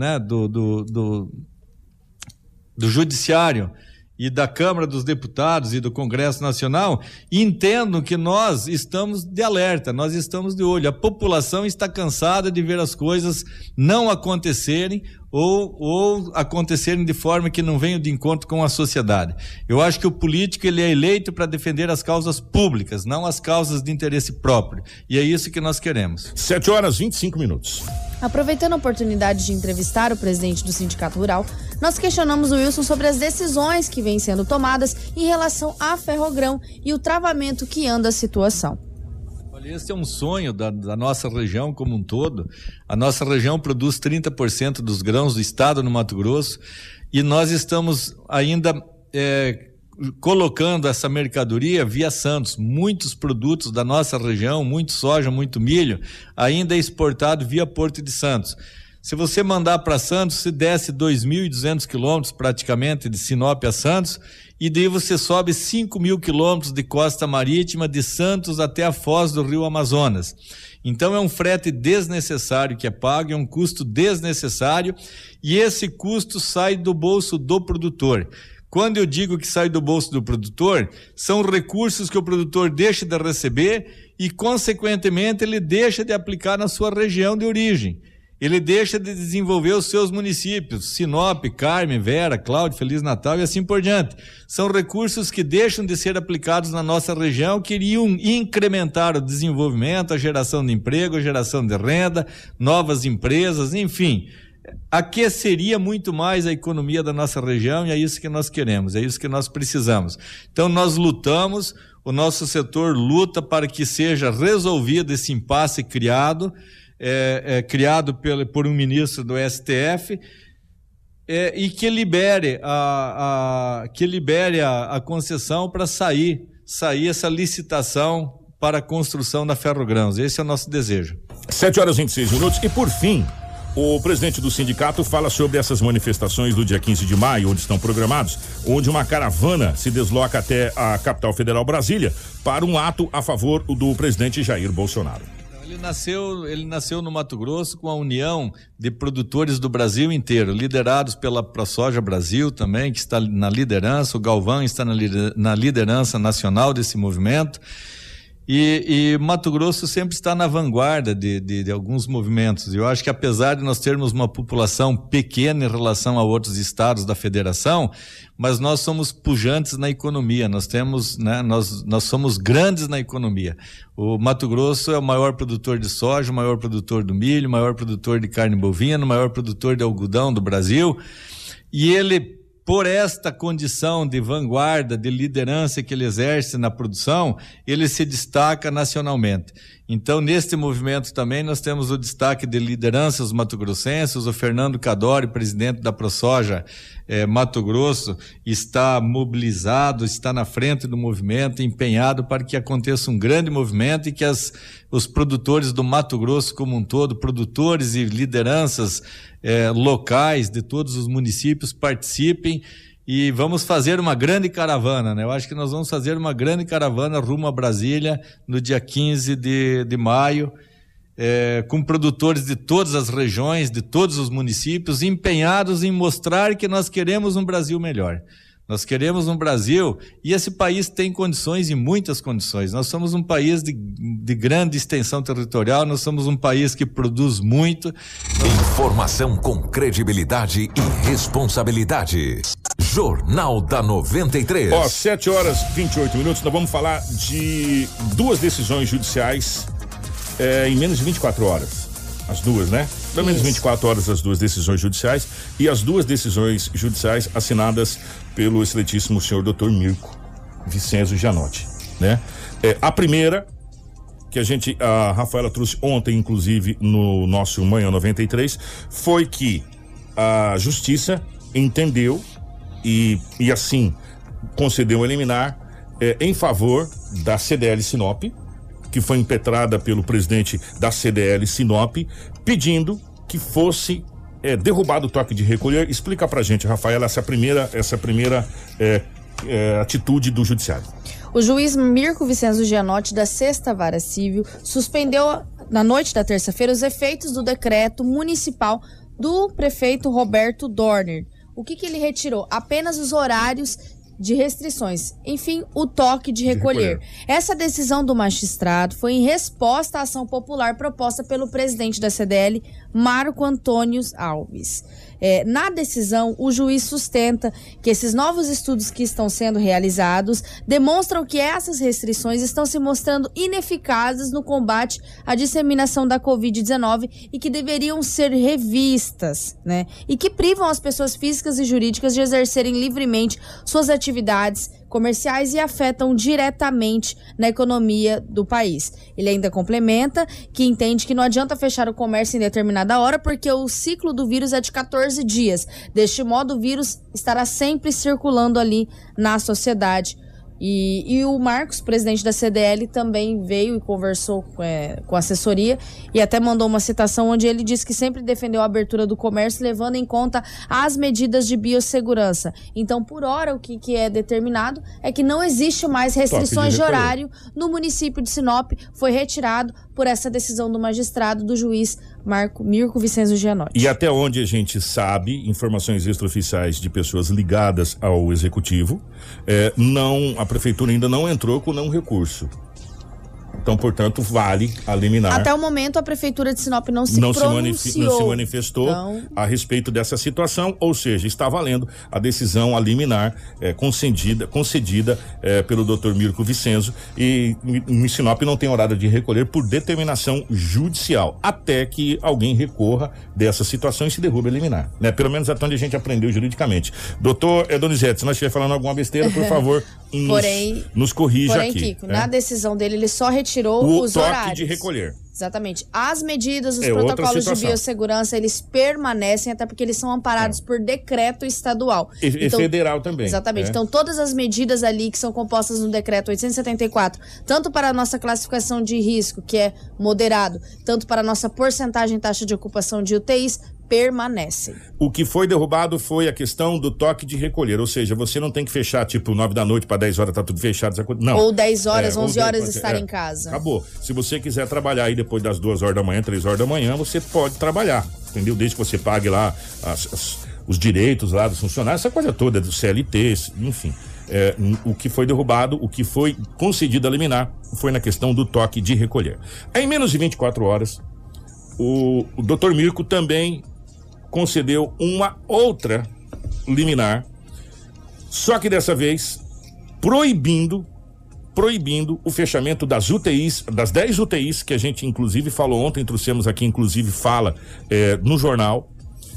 Judiciário e da Câmara dos Deputados e do Congresso Nacional, entendam que nós estamos de alerta, nós estamos de olho. A população está cansada de ver as coisas não acontecerem ou acontecerem de forma que não venham de encontro com a sociedade. Eu acho que o político ele é eleito para defender as causas públicas, não as causas de interesse próprio. E é isso que nós queremos. 7h25. Aproveitando a oportunidade de entrevistar o presidente do Sindicato Rural, nós questionamos o Wilson sobre as decisões que vêm sendo tomadas em relação à Ferrogrão e o travamento que anda a situação. Esse é um sonho da nossa região como um todo. A nossa região produz 30% dos grãos do estado no Mato Grosso, e nós estamos ainda colocando essa mercadoria via Santos. Muitos produtos da nossa região, muito soja, muito milho, ainda é exportado via Porto de Santos. Se você mandar para Santos, se desce 2.200 quilômetros praticamente de Sinop a Santos, e daí você sobe 5.000 quilômetros de costa marítima de Santos até a foz do Rio Amazonas. Então é um frete desnecessário que é pago, é um custo desnecessário, e esse custo sai do bolso do produtor. Quando eu digo que sai do bolso do produtor, são recursos que o produtor deixa de receber e, consequentemente, ele deixa de aplicar na sua região de origem. Ele deixa de desenvolver os seus municípios, Sinop, Carme, Vera, Cláudio, Feliz Natal e assim por diante. São recursos que deixam de ser aplicados na nossa região, que iriam incrementar o desenvolvimento, a geração de emprego, a geração de renda, novas empresas, enfim. Aqueceria muito mais a economia da nossa região, e é isso que nós queremos, é isso que nós precisamos. Então nós lutamos, o nosso setor luta para que seja resolvido esse impasse criado, por um ministro do STF, e que libere a concessão para sair essa licitação para a construção da Ferrogrãos. Esse é o nosso desejo. 7h26. E por fim, o presidente do sindicato fala sobre essas manifestações do dia 15 de maio, onde estão programados, onde uma caravana se desloca até a capital federal, Brasília, para um ato a favor do presidente Jair Bolsonaro. Ele nasceu no Mato Grosso com a união de produtores do Brasil inteiro, liderados pela ProSoja Brasil também, que está na liderança, o Galvão está na liderança nacional desse movimento. E Mato Grosso sempre está na vanguarda de alguns movimentos. Eu acho que apesar de nós termos uma população pequena em relação a outros estados da federação, mas nós somos pujantes na economia, nós somos grandes na economia. O Mato Grosso é o maior produtor de soja, o maior produtor do milho, o maior produtor de carne bovina, o maior produtor de algodão do Brasil, e ele, por esta condição de vanguarda, de liderança que ele exerce na produção, ele se destaca nacionalmente. Então, neste movimento também nós temos o destaque de liderança os mato-grossenses. O Fernando Cadori, presidente da ProSoja Mato Grosso, está mobilizado, está na frente do movimento, empenhado para que aconteça um grande movimento e que os produtores do Mato Grosso como um todo, produtores e lideranças locais de todos os municípios participem e vamos fazer uma grande caravana, né? Eu acho que nós vamos fazer uma grande caravana rumo a Brasília no dia 15 de maio, com produtores de todas as regiões, de todos os municípios, empenhados em mostrar que nós queremos um Brasil melhor. Nós queremos um Brasil, e esse país tem condições, e muitas condições. Nós somos um país de grande extensão territorial, nós somos um país que produz muito. Informação com credibilidade e responsabilidade. Jornal da 93. 7h28, nós vamos falar de duas decisões judiciais em menos de 24 horas. As duas, né? Pelo menos 24 horas as duas decisões judiciais, e as duas decisões judiciais assinadas pelo excelentíssimo senhor Dr. Mirko Vicenzo Gianotti, né? A primeira, que a Rafaela trouxe ontem, inclusive, no nosso Manhã 93, foi que a Justiça entendeu e assim concedeu liminar em favor da CDL Sinop, que foi impetrada pelo presidente da CDL Sinop, pedindo que fosse derrubado o toque de recolher. Explica pra gente, Rafaela, essa primeira atitude do judiciário. O juiz Mirko Vicenzo Gianotti, da 6ª Vara Civil, suspendeu na noite da terça-feira os efeitos do decreto municipal do prefeito Roberto Dorner. O que ele retirou? Apenas os horários de restrições, enfim, o toque de recolher. Essa decisão do magistrado foi em resposta à ação popular proposta pelo presidente da CDL, Marco Antônio Alves. Na decisão, o juiz sustenta que esses novos estudos que estão sendo realizados demonstram que essas restrições estão se mostrando ineficazes no combate à disseminação da Covid-19 e que deveriam ser revistas, né? E que privam as pessoas físicas e jurídicas de exercerem livremente suas atividades comerciais e afetam diretamente na economia do país. Ele ainda complementa que entende que não adianta fechar o comércio em determinada hora porque o ciclo do vírus é de 14 dias. Deste modo, o vírus estará sempre circulando ali na sociedade. E o Marcos, presidente da CDL, também veio e conversou com a assessoria e até mandou uma citação onde ele disse que sempre defendeu a abertura do comércio levando em conta as medidas de biossegurança. Então, por hora, o que é determinado é que não existe mais restrições de horário no município de Sinop. Foi retirado por essa decisão do magistrado, do juiz Mirko Vicenzo Gianotti. E até onde a gente sabe, informações extraoficiais de pessoas ligadas ao executivo, a prefeitura ainda não entrou com não recurso. Então, portanto, vale a liminar. Até o momento, a prefeitura de Sinop não se manifestou a respeito dessa situação, ou seja, está valendo a decisão a liminar concedida pelo Dr. Mirko Vicenzo, e em Sinop não tem horário de recolher por determinação judicial, até que alguém recorra dessa situação e se derruba a liminar, né? Pelo menos até onde a gente aprendeu juridicamente. Doutor Donizete, se nós estiver falando alguma besteira, por favor, nos corrija aqui. Kiko, na decisão dele, ele só retirou os toque horários de recolher. Exatamente. As medidas, os protocolos de biossegurança, eles permanecem, até porque eles são amparados por decreto estadual. E federal também. Exatamente. Então, todas as medidas ali que são compostas no decreto 874, tanto para a nossa classificação de risco, que é moderado, tanto para a nossa porcentagem taxa de ocupação de UTIs, permanecem. O que foi derrubado foi a questão do toque de recolher, ou seja, você não tem que fechar tipo 9 da noite para 10 horas, tá tudo fechado. Não. Ou 10 horas, 11 horas estar em casa. Acabou. Se você quiser trabalhar aí depois das 2 horas da manhã, 3 horas da manhã, você pode trabalhar, entendeu? Desde que você pague lá os direitos lá dos funcionários, essa coisa toda do CLT, enfim. O que foi derrubado, o que foi concedido a liminar, foi na questão do toque de recolher. Em menos de 24 horas, o Dr. Mirko também concedeu uma outra liminar, só que dessa vez proibindo o fechamento das UTIs, das 10 UTIs que a gente inclusive falou ontem, trouxemos aqui inclusive fala no jornal,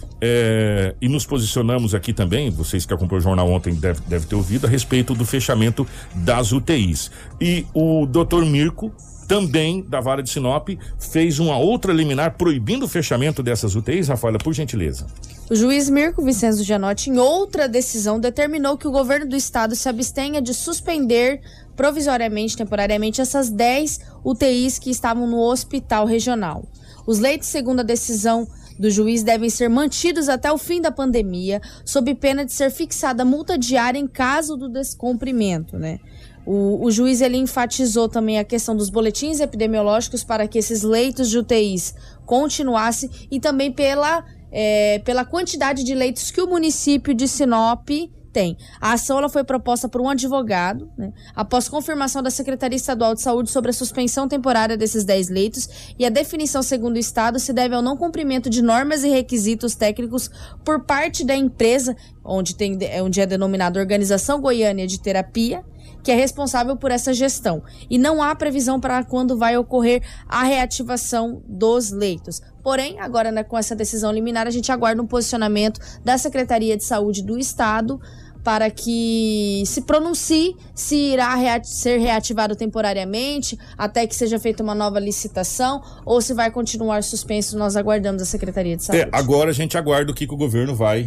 e nos posicionamos aqui também, vocês que acompanham o jornal ontem devem ter ouvido, a respeito do fechamento das UTIs. E o Dr. Mirko, também da Vara de Sinop, fez uma outra liminar proibindo o fechamento dessas UTIs. Rafaela, por gentileza. O juiz Mirko Vincenzo Gianotti, em outra decisão, determinou que o governo do estado se abstenha de suspender provisoriamente, temporariamente, essas 10 UTIs que estavam no hospital regional. Os leitos, segundo a decisão do juiz, devem ser mantidos até o fim da pandemia, sob pena de ser fixada multa diária em caso do descumprimento, né? O juiz, ele enfatizou também a questão dos boletins epidemiológicos para que esses leitos de UTIs continuassem e também pela quantidade de leitos que o município de Sinop tem. A ação ela foi proposta por um advogado, né, após confirmação da Secretaria Estadual de Saúde sobre a suspensão temporária desses 10 leitos, e a definição, segundo o Estado, se deve ao não cumprimento de normas e requisitos técnicos por parte da empresa, onde é denominada Organização Goiânia de Terapia, que é responsável por essa gestão. E não há previsão para quando vai ocorrer a reativação dos leitos. Porém, agora, né, com essa decisão liminar, a gente aguarda um posicionamento da Secretaria de Saúde do Estado para que se pronuncie se irá ser reativado temporariamente, até que seja feita uma nova licitação, ou se vai continuar suspenso. Nós aguardamos a Secretaria de Saúde. Agora a gente aguarda o que o governo vai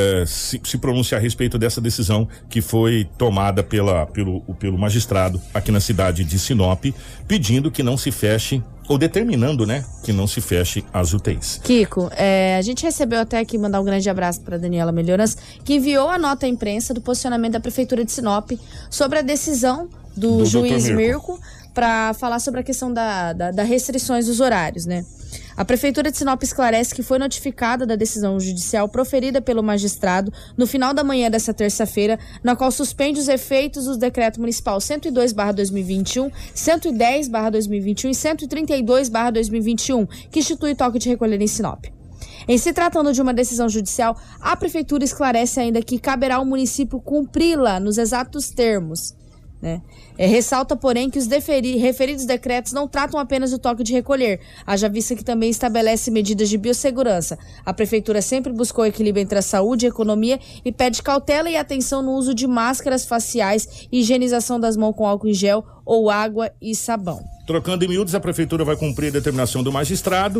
se pronunciar a respeito dessa decisão que foi tomada pelo magistrado aqui na cidade de Sinop, pedindo que não se feche, ou determinando, né, que não se feche as UTIs. Kiko, a gente recebeu até aqui, mandar um grande abraço para Daniela Melhoras, que enviou a nota à imprensa do posicionamento da Prefeitura de Sinop sobre a decisão do juiz Mirko para falar sobre a questão da restrições dos horários, né? A Prefeitura de Sinop esclarece que foi notificada da decisão judicial proferida pelo magistrado no final da manhã dessa terça-feira, na qual suspende os efeitos do Decreto Municipal 102/2021, 110/2021 e 132/2021, que institui toque de recolher em Sinop. Em se tratando de uma decisão judicial, a Prefeitura esclarece ainda que caberá ao município cumpri-la nos exatos termos, né? Ressalta, porém, que os referidos decretos não tratam apenas do toque de recolher, haja vista que também estabelece medidas de biossegurança. A Prefeitura sempre buscou equilíbrio entre a saúde e a economia e pede cautela e atenção no uso de máscaras faciais e higienização das mãos com álcool em gel ou água e sabão. Trocando em miúdos, a Prefeitura vai cumprir a determinação do magistrado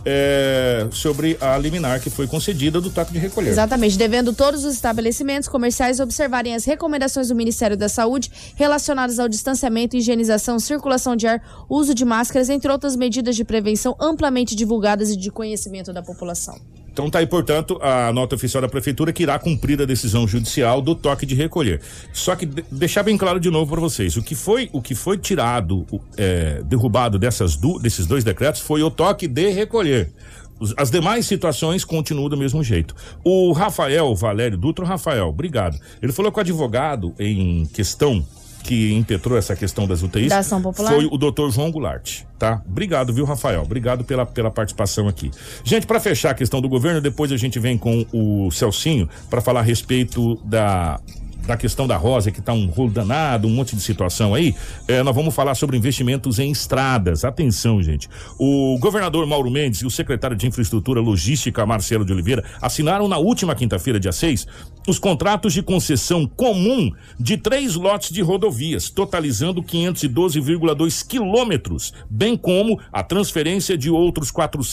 sobre a liminar que foi concedida do toque de recolher. Exatamente, devendo todos os estabelecimentos comerciais observarem as recomendações do Ministério da Saúde relacionadas ao distanciamento, higienização, circulação de ar, uso de máscaras, entre outras medidas de prevenção amplamente divulgadas e de conhecimento da população. Então tá aí, portanto, a nota oficial da Prefeitura que irá cumprir a decisão judicial do toque de recolher. Só que deixar bem claro de novo para vocês, o que foi tirado, derrubado desses 2 decretos foi o toque de recolher. As demais situações continuam do mesmo jeito. O Valério Dutra, obrigado. Ele falou que o advogado em questão que impetrou essa questão das UTIs da Ação Popular foi o Dr. João Goulart, tá? Obrigado, viu, Rafael? Obrigado pela participação aqui. Gente, para fechar a questão do governo, depois a gente vem com o Celcinho para falar a respeito da questão da Rosa, que tá um rolo danado, um monte de situação aí. Nós vamos falar sobre investimentos em estradas. Atenção, gente. O governador Mauro Mendes e o secretário de Infraestrutura e Logística, Marcelo de Oliveira, assinaram na última quinta-feira, dia 6, os contratos de concessão comum de 3 lotes de rodovias, totalizando 512,2 quilômetros, bem como a transferência de outros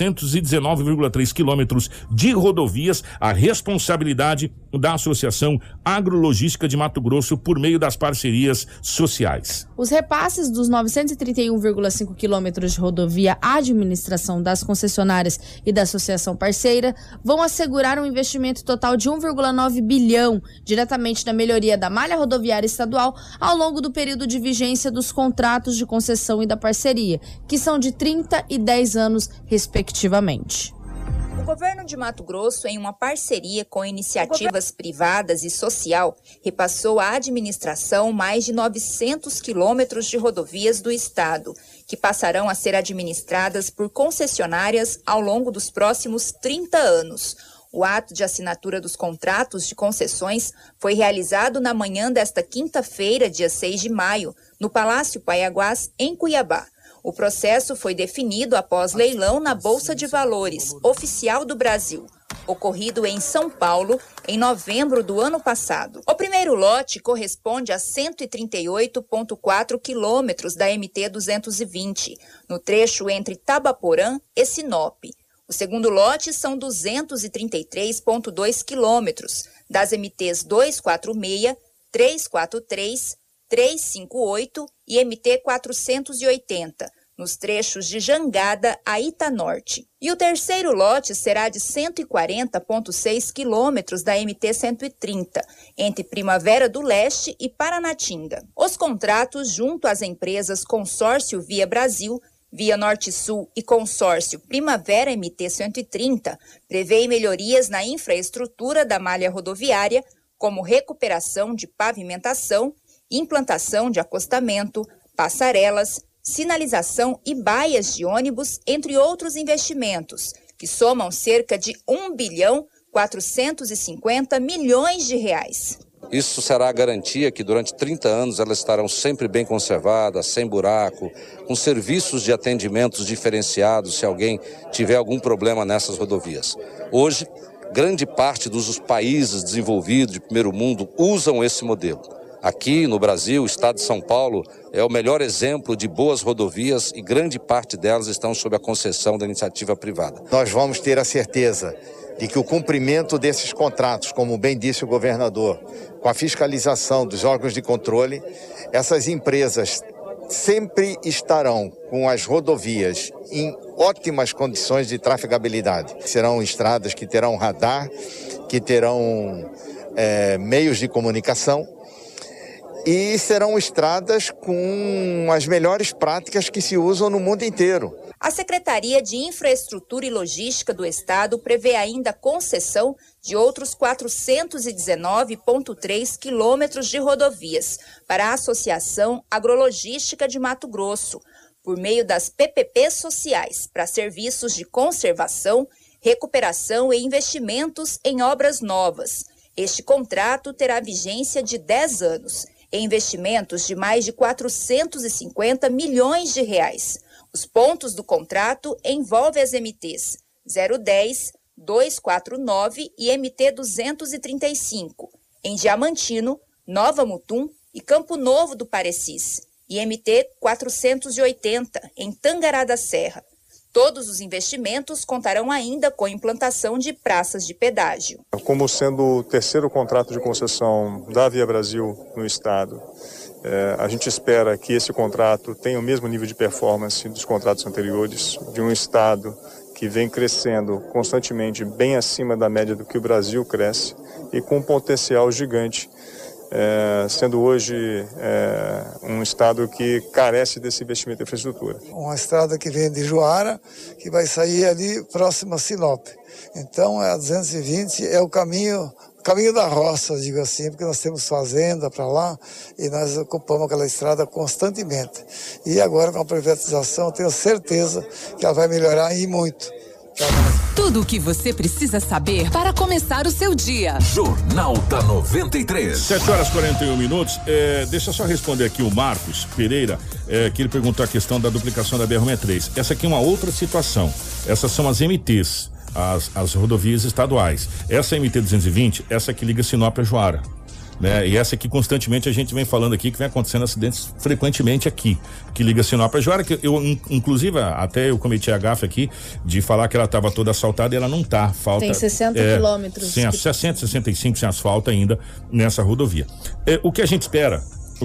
419,3 quilômetros de rodovias à responsabilidade da Associação Agrologística de Mato Grosso por meio das parcerias sociais. Os repasses dos 931,5 quilômetros de rodovia à administração das concessionárias e da associação parceira vão assegurar um investimento total de 1,9 bilhão diretamente na melhoria da malha rodoviária estadual ao longo do período de vigência dos contratos de concessão e da parceria, que são de 30 e 10 anos, respectivamente. O governo de Mato Grosso, em uma parceria com iniciativas privadas e social, repassou à administração mais de 900 quilômetros de rodovias do estado, que passarão a ser administradas por concessionárias ao longo dos próximos 30 anos. O ato de assinatura dos contratos de concessões foi realizado na manhã desta quinta-feira, dia 6 de maio, no Palácio Paiaguás, em Cuiabá. O processo foi definido após leilão na Bolsa de Valores Oficial do Brasil, ocorrido em São Paulo em novembro do ano passado. O primeiro lote corresponde a 138,4 quilômetros da MT-220, no trecho entre Tabaporã e Sinop. O segundo lote são 233,2 quilômetros das MTs 246, 343, 358 e MT 480, nos trechos de Jangada a Itanorte. E o terceiro lote será de 140,6 quilômetros da MT 130, entre Primavera do Leste e Paranatinga. Os contratos junto às empresas Consórcio Via Brasil, Via Norte-Sul e Consórcio Primavera MT 130 prevêem melhorias na infraestrutura da malha rodoviária, como recuperação de pavimentação, implantação de acostamento, passarelas, sinalização e baias de ônibus, entre outros investimentos, que somam cerca de 1,450 bilhão de reais. Isso será a garantia que durante 30 anos elas estarão sempre bem conservadas, sem buraco, com serviços de atendimentos diferenciados se alguém tiver algum problema nessas rodovias. Hoje, grande parte dos países desenvolvidos de primeiro mundo usam esse modelo. Aqui no Brasil, o estado de São Paulo é o melhor exemplo de boas rodovias e grande parte delas estão sob a concessão da iniciativa privada. Nós vamos ter a certeza de que o cumprimento desses contratos, como bem disse o governador, com a fiscalização dos órgãos de controle, essas empresas sempre estarão com as rodovias em ótimas condições de trafegabilidade. Serão estradas que terão radar, que terão meios de comunicação, e serão estradas com as melhores práticas que se usam no mundo inteiro. A Secretaria de Infraestrutura e Logística do Estado prevê ainda a concessão de outros 419,3 quilômetros de rodovias para a Associação Agrologística de Mato Grosso, por meio das PPPs sociais, para serviços de conservação, recuperação e investimentos em obras novas. Este contrato terá vigência de 10 anos. Em investimentos de mais de 450 milhões de reais. Os pontos do contrato envolvem as MTs 010, 249 e MT 235, em Diamantino, Nova Mutum e Campo Novo do Parecis, e MT 480, em Tangará da Serra. Todos os investimentos contarão ainda com a implantação de praças de pedágio. Como sendo o terceiro contrato de concessão da Via Brasil no estado, a gente espera que esse contrato tenha o mesmo nível de performance dos contratos anteriores, de um estado que vem crescendo constantemente bem acima da média do que o Brasil cresce e com um potencial gigante, sendo hoje um estado que carece desse investimento em infraestrutura. Uma estrada que vem de Juara, que vai sair ali próximo a Sinop. Então a 220 é o caminho da roça, digo assim, porque nós temos fazenda para lá e nós ocupamos aquela estrada constantemente. E agora com a privatização eu tenho certeza que ela vai melhorar e muito. Tudo o que você precisa saber para começar o seu dia. Jornal da 93. 7h41. Deixa eu só responder aqui o Marcos Pereira, que ele perguntou a questão da duplicação da BR-63. Essa aqui é uma outra situação. Essas são as MTs, as rodovias estaduais. Essa MT-220, essa que liga Sinop a Juara. Né? E essa aqui constantemente a gente vem falando aqui que vem acontecendo acidentes frequentemente aqui, que liga Sinop a Juara, que eu inclusive até eu cometi a gafe aqui de falar que ela estava toda asfaltada e ela não tá, falta tem 60 quilômetros. 65 sem asfalto ainda nessa rodovia. O que a gente espera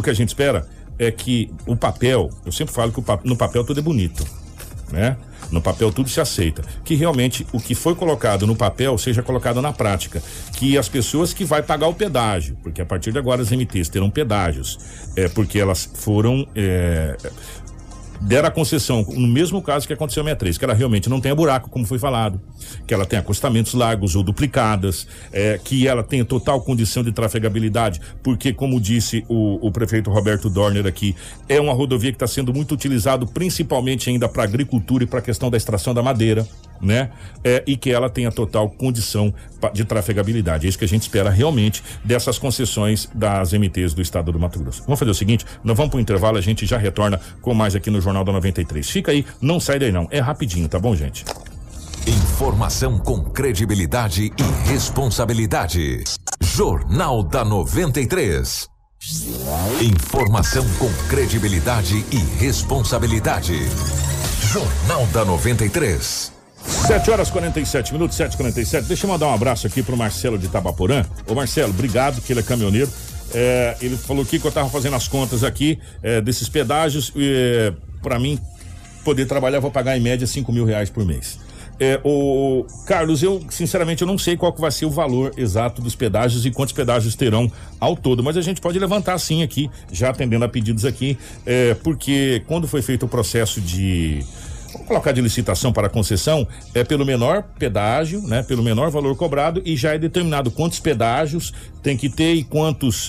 é que o papel, eu sempre falo que no papel tudo é bonito, né? No papel tudo se aceita, que realmente o que foi colocado no papel seja colocado na prática, que as pessoas que vai pagar o pedágio, porque a partir de agora as MTs terão pedágios, porque elas foram der a concessão, no mesmo caso que aconteceu a 63, que ela realmente não tenha buraco, como foi falado, que ela tenha acostamentos largos ou duplicadas, que ela tenha total condição de trafegabilidade, porque, como disse o prefeito Roberto Dorner aqui, é uma rodovia que está sendo muito utilizado principalmente ainda para agricultura e para a questão da extração da madeira, né? E que ela tenha total condição de trafegabilidade. É isso que a gente espera realmente dessas concessões das MTs do estado do Mato Grosso. Vamos fazer o seguinte, nós vamos pro intervalo, a gente já retorna com mais aqui no Jornal da 93. Fica aí, não sai daí não, é rapidinho, tá bom, gente? Informação com credibilidade e responsabilidade. Jornal da 93. Informação com credibilidade e responsabilidade. Jornal da 93. 7h47, 7h47. Deixa eu mandar um abraço aqui pro Marcelo de Itabaporã. Ô Marcelo, obrigado, que ele é caminhoneiro. Ele falou aqui que eu tava fazendo as contas aqui desses pedágios. Pra mim poder trabalhar, eu vou pagar em média R$5.000 por mês. O Carlos, sinceramente eu não sei qual que vai ser o valor exato dos pedágios e quantos pedágios terão ao todo, mas a gente pode levantar sim aqui, já atendendo a pedidos aqui, porque quando foi feito o processo vamos colocar de licitação para concessão, pelo menor pedágio, né? Pelo menor valor cobrado, e já é determinado quantos pedágios tem que ter e quantos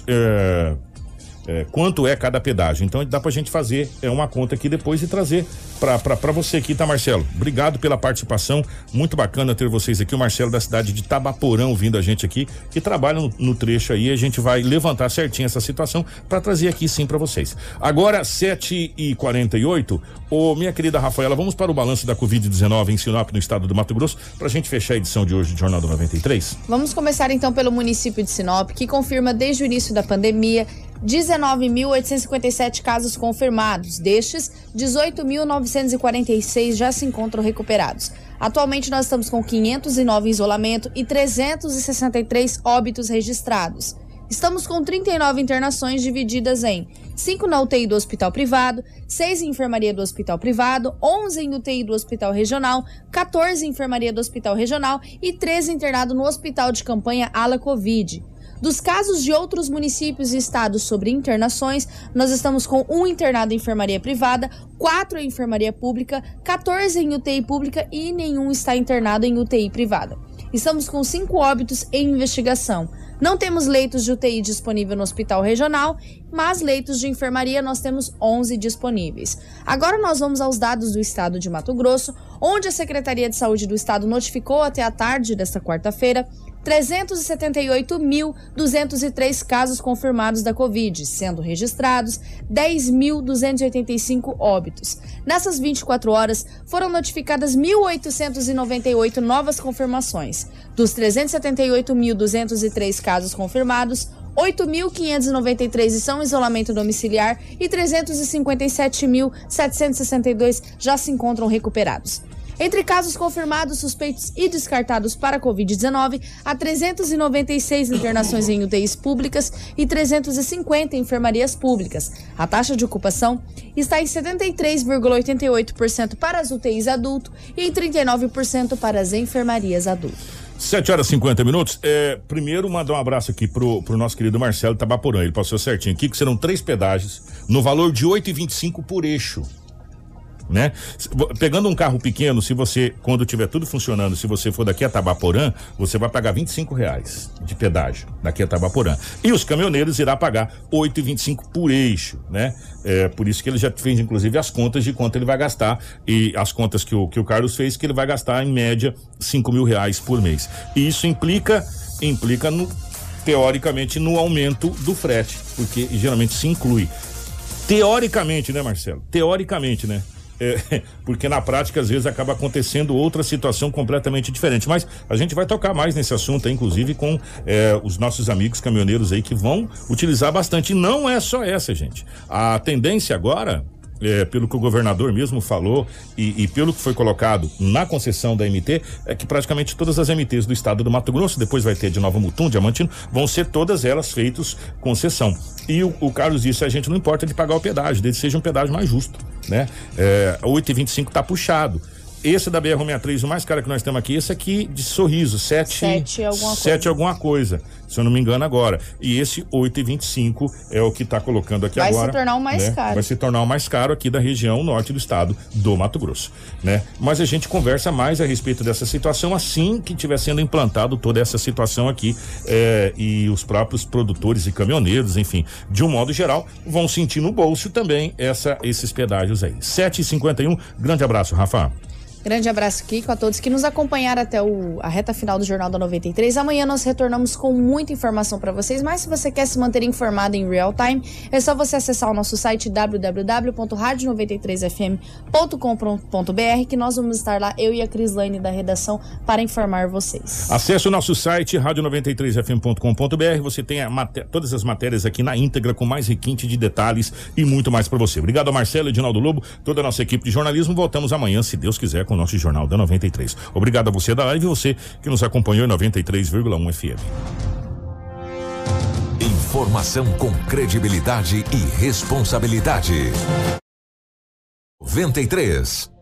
quanto é cada pedágio. Então dá pra gente fazer uma conta aqui depois e trazer pra você aqui, tá, Marcelo? Obrigado pela participação, muito bacana ter vocês aqui, o Marcelo da cidade de Itabaporã ouvindo a gente aqui, que trabalha no trecho aí, a gente vai levantar certinho essa situação pra trazer aqui sim pra vocês. Agora 7h48, minha querida Rafaela, vamos para o balanço da Covid-19 em Sinop, no estado do Mato Grosso, pra gente fechar a edição de hoje do Jornal do 93. Vamos começar então pelo município de Sinop, que confirma desde o início da pandemia 19.857 casos confirmados. Destes, 18.946 já se encontram recuperados. Atualmente nós estamos com 509 em isolamento e 363 óbitos registrados. Estamos com 39 internações divididas em 5 na UTI do hospital privado, 6 em enfermaria do hospital privado, 11 em UTI do hospital regional, 14 em enfermaria do hospital regional e 13 internados no hospital de campanha ala Covid. Dos casos de outros municípios e estados sobre internações, nós estamos com 1 internado em enfermaria privada, 4 em enfermaria pública, 14 em UTI pública e nenhum está internado em UTI privada. Estamos com 5 óbitos em investigação. Não temos leitos de UTI disponível no hospital regional, mas leitos de enfermaria nós temos 11 disponíveis. Agora nós vamos aos dados do estado de Mato Grosso, onde a Secretaria de Saúde do estado notificou até a tarde desta quarta-feira 378.203 casos confirmados da Covid, sendo registrados 10.285 óbitos. Nessas 24 horas, foram notificadas 1.898 novas confirmações. Dos 378.203 casos confirmados, 8.593 estão em isolamento domiciliar e 357.762 já se encontram recuperados. Entre casos confirmados, suspeitos e descartados para a Covid-19, há 396 internações em UTIs públicas e 350 em enfermarias públicas. A taxa de ocupação está em 73,88% para as UTIs adulto e em 39% para as enfermarias adulto. 7h50. Primeiro, mandar um abraço aqui pro nosso querido Marcelo Itabaporã. Ele passou certinho aqui, que serão 3 pedágios no valor de R$8,25 por eixo. Né? Pegando um carro pequeno, se você, quando tiver tudo funcionando, se você for daqui a Itabaporã, você vai pagar R$25 de pedágio daqui a Itabaporã. E os caminhoneiros irá pagar R$8,25 por eixo, né? Por isso que ele já fez, inclusive, as contas de quanto ele vai gastar, e as contas que o Carlos fez, que ele vai gastar em média R$5.000 por mês. E isso implica teoricamente no aumento do frete, porque geralmente se inclui. Teoricamente, né, Marcelo? Teoricamente, né? Porque na prática às vezes acaba acontecendo outra situação completamente diferente, mas a gente vai tocar mais nesse assunto aí, inclusive com os nossos amigos caminhoneiros aí que vão utilizar bastante, e não é só essa, gente. A tendência agora, pelo que o governador mesmo falou e pelo que foi colocado na concessão da MT, é que praticamente todas as MTs do estado do Mato Grosso, depois vai ter de Nova Mutum, Diamantino, vão ser todas elas feitas concessão. E o Carlos disse, a gente não importa de pagar o pedágio, desde que seja um pedágio mais justo, né? 8,25 tá puxado. Esse da BR-163, o mais caro que nós temos aqui, esse aqui de Sorriso, 7 alguma coisa, se eu não me engano agora. E esse 8,25 é o que está colocando aqui agora. Vai se tornar o mais caro. Vai se tornar o mais caro aqui da região norte do estado do Mato Grosso, né? Mas a gente conversa mais a respeito dessa situação assim que estiver sendo implantado toda essa situação aqui, e os próprios produtores e caminhoneiros, enfim, de um modo geral, vão sentir no bolso também esses pedágios aí. 7h51, grande abraço, Rafa. Grande abraço, Kiko, a todos que nos acompanharam até a reta final do Jornal da 93. Amanhã nós retornamos com muita informação para vocês, mas se você quer se manter informado em real time, é só você acessar o nosso site www.radio93fm.com.br, que nós vamos estar lá, eu e a Crislaine da redação, para informar vocês. Acesse o nosso site radio93fm.com.br, você tem todas as matérias aqui na íntegra, com mais requinte de detalhes e muito mais para você. Obrigado a Marcelo, Edinaldo Lobo, toda a nossa equipe de jornalismo. Voltamos amanhã, se Deus quiser, com o nosso Jornal da 93. Obrigado a você da live e você que nos acompanhou em 93,1 FM. Informação com credibilidade e responsabilidade. 93.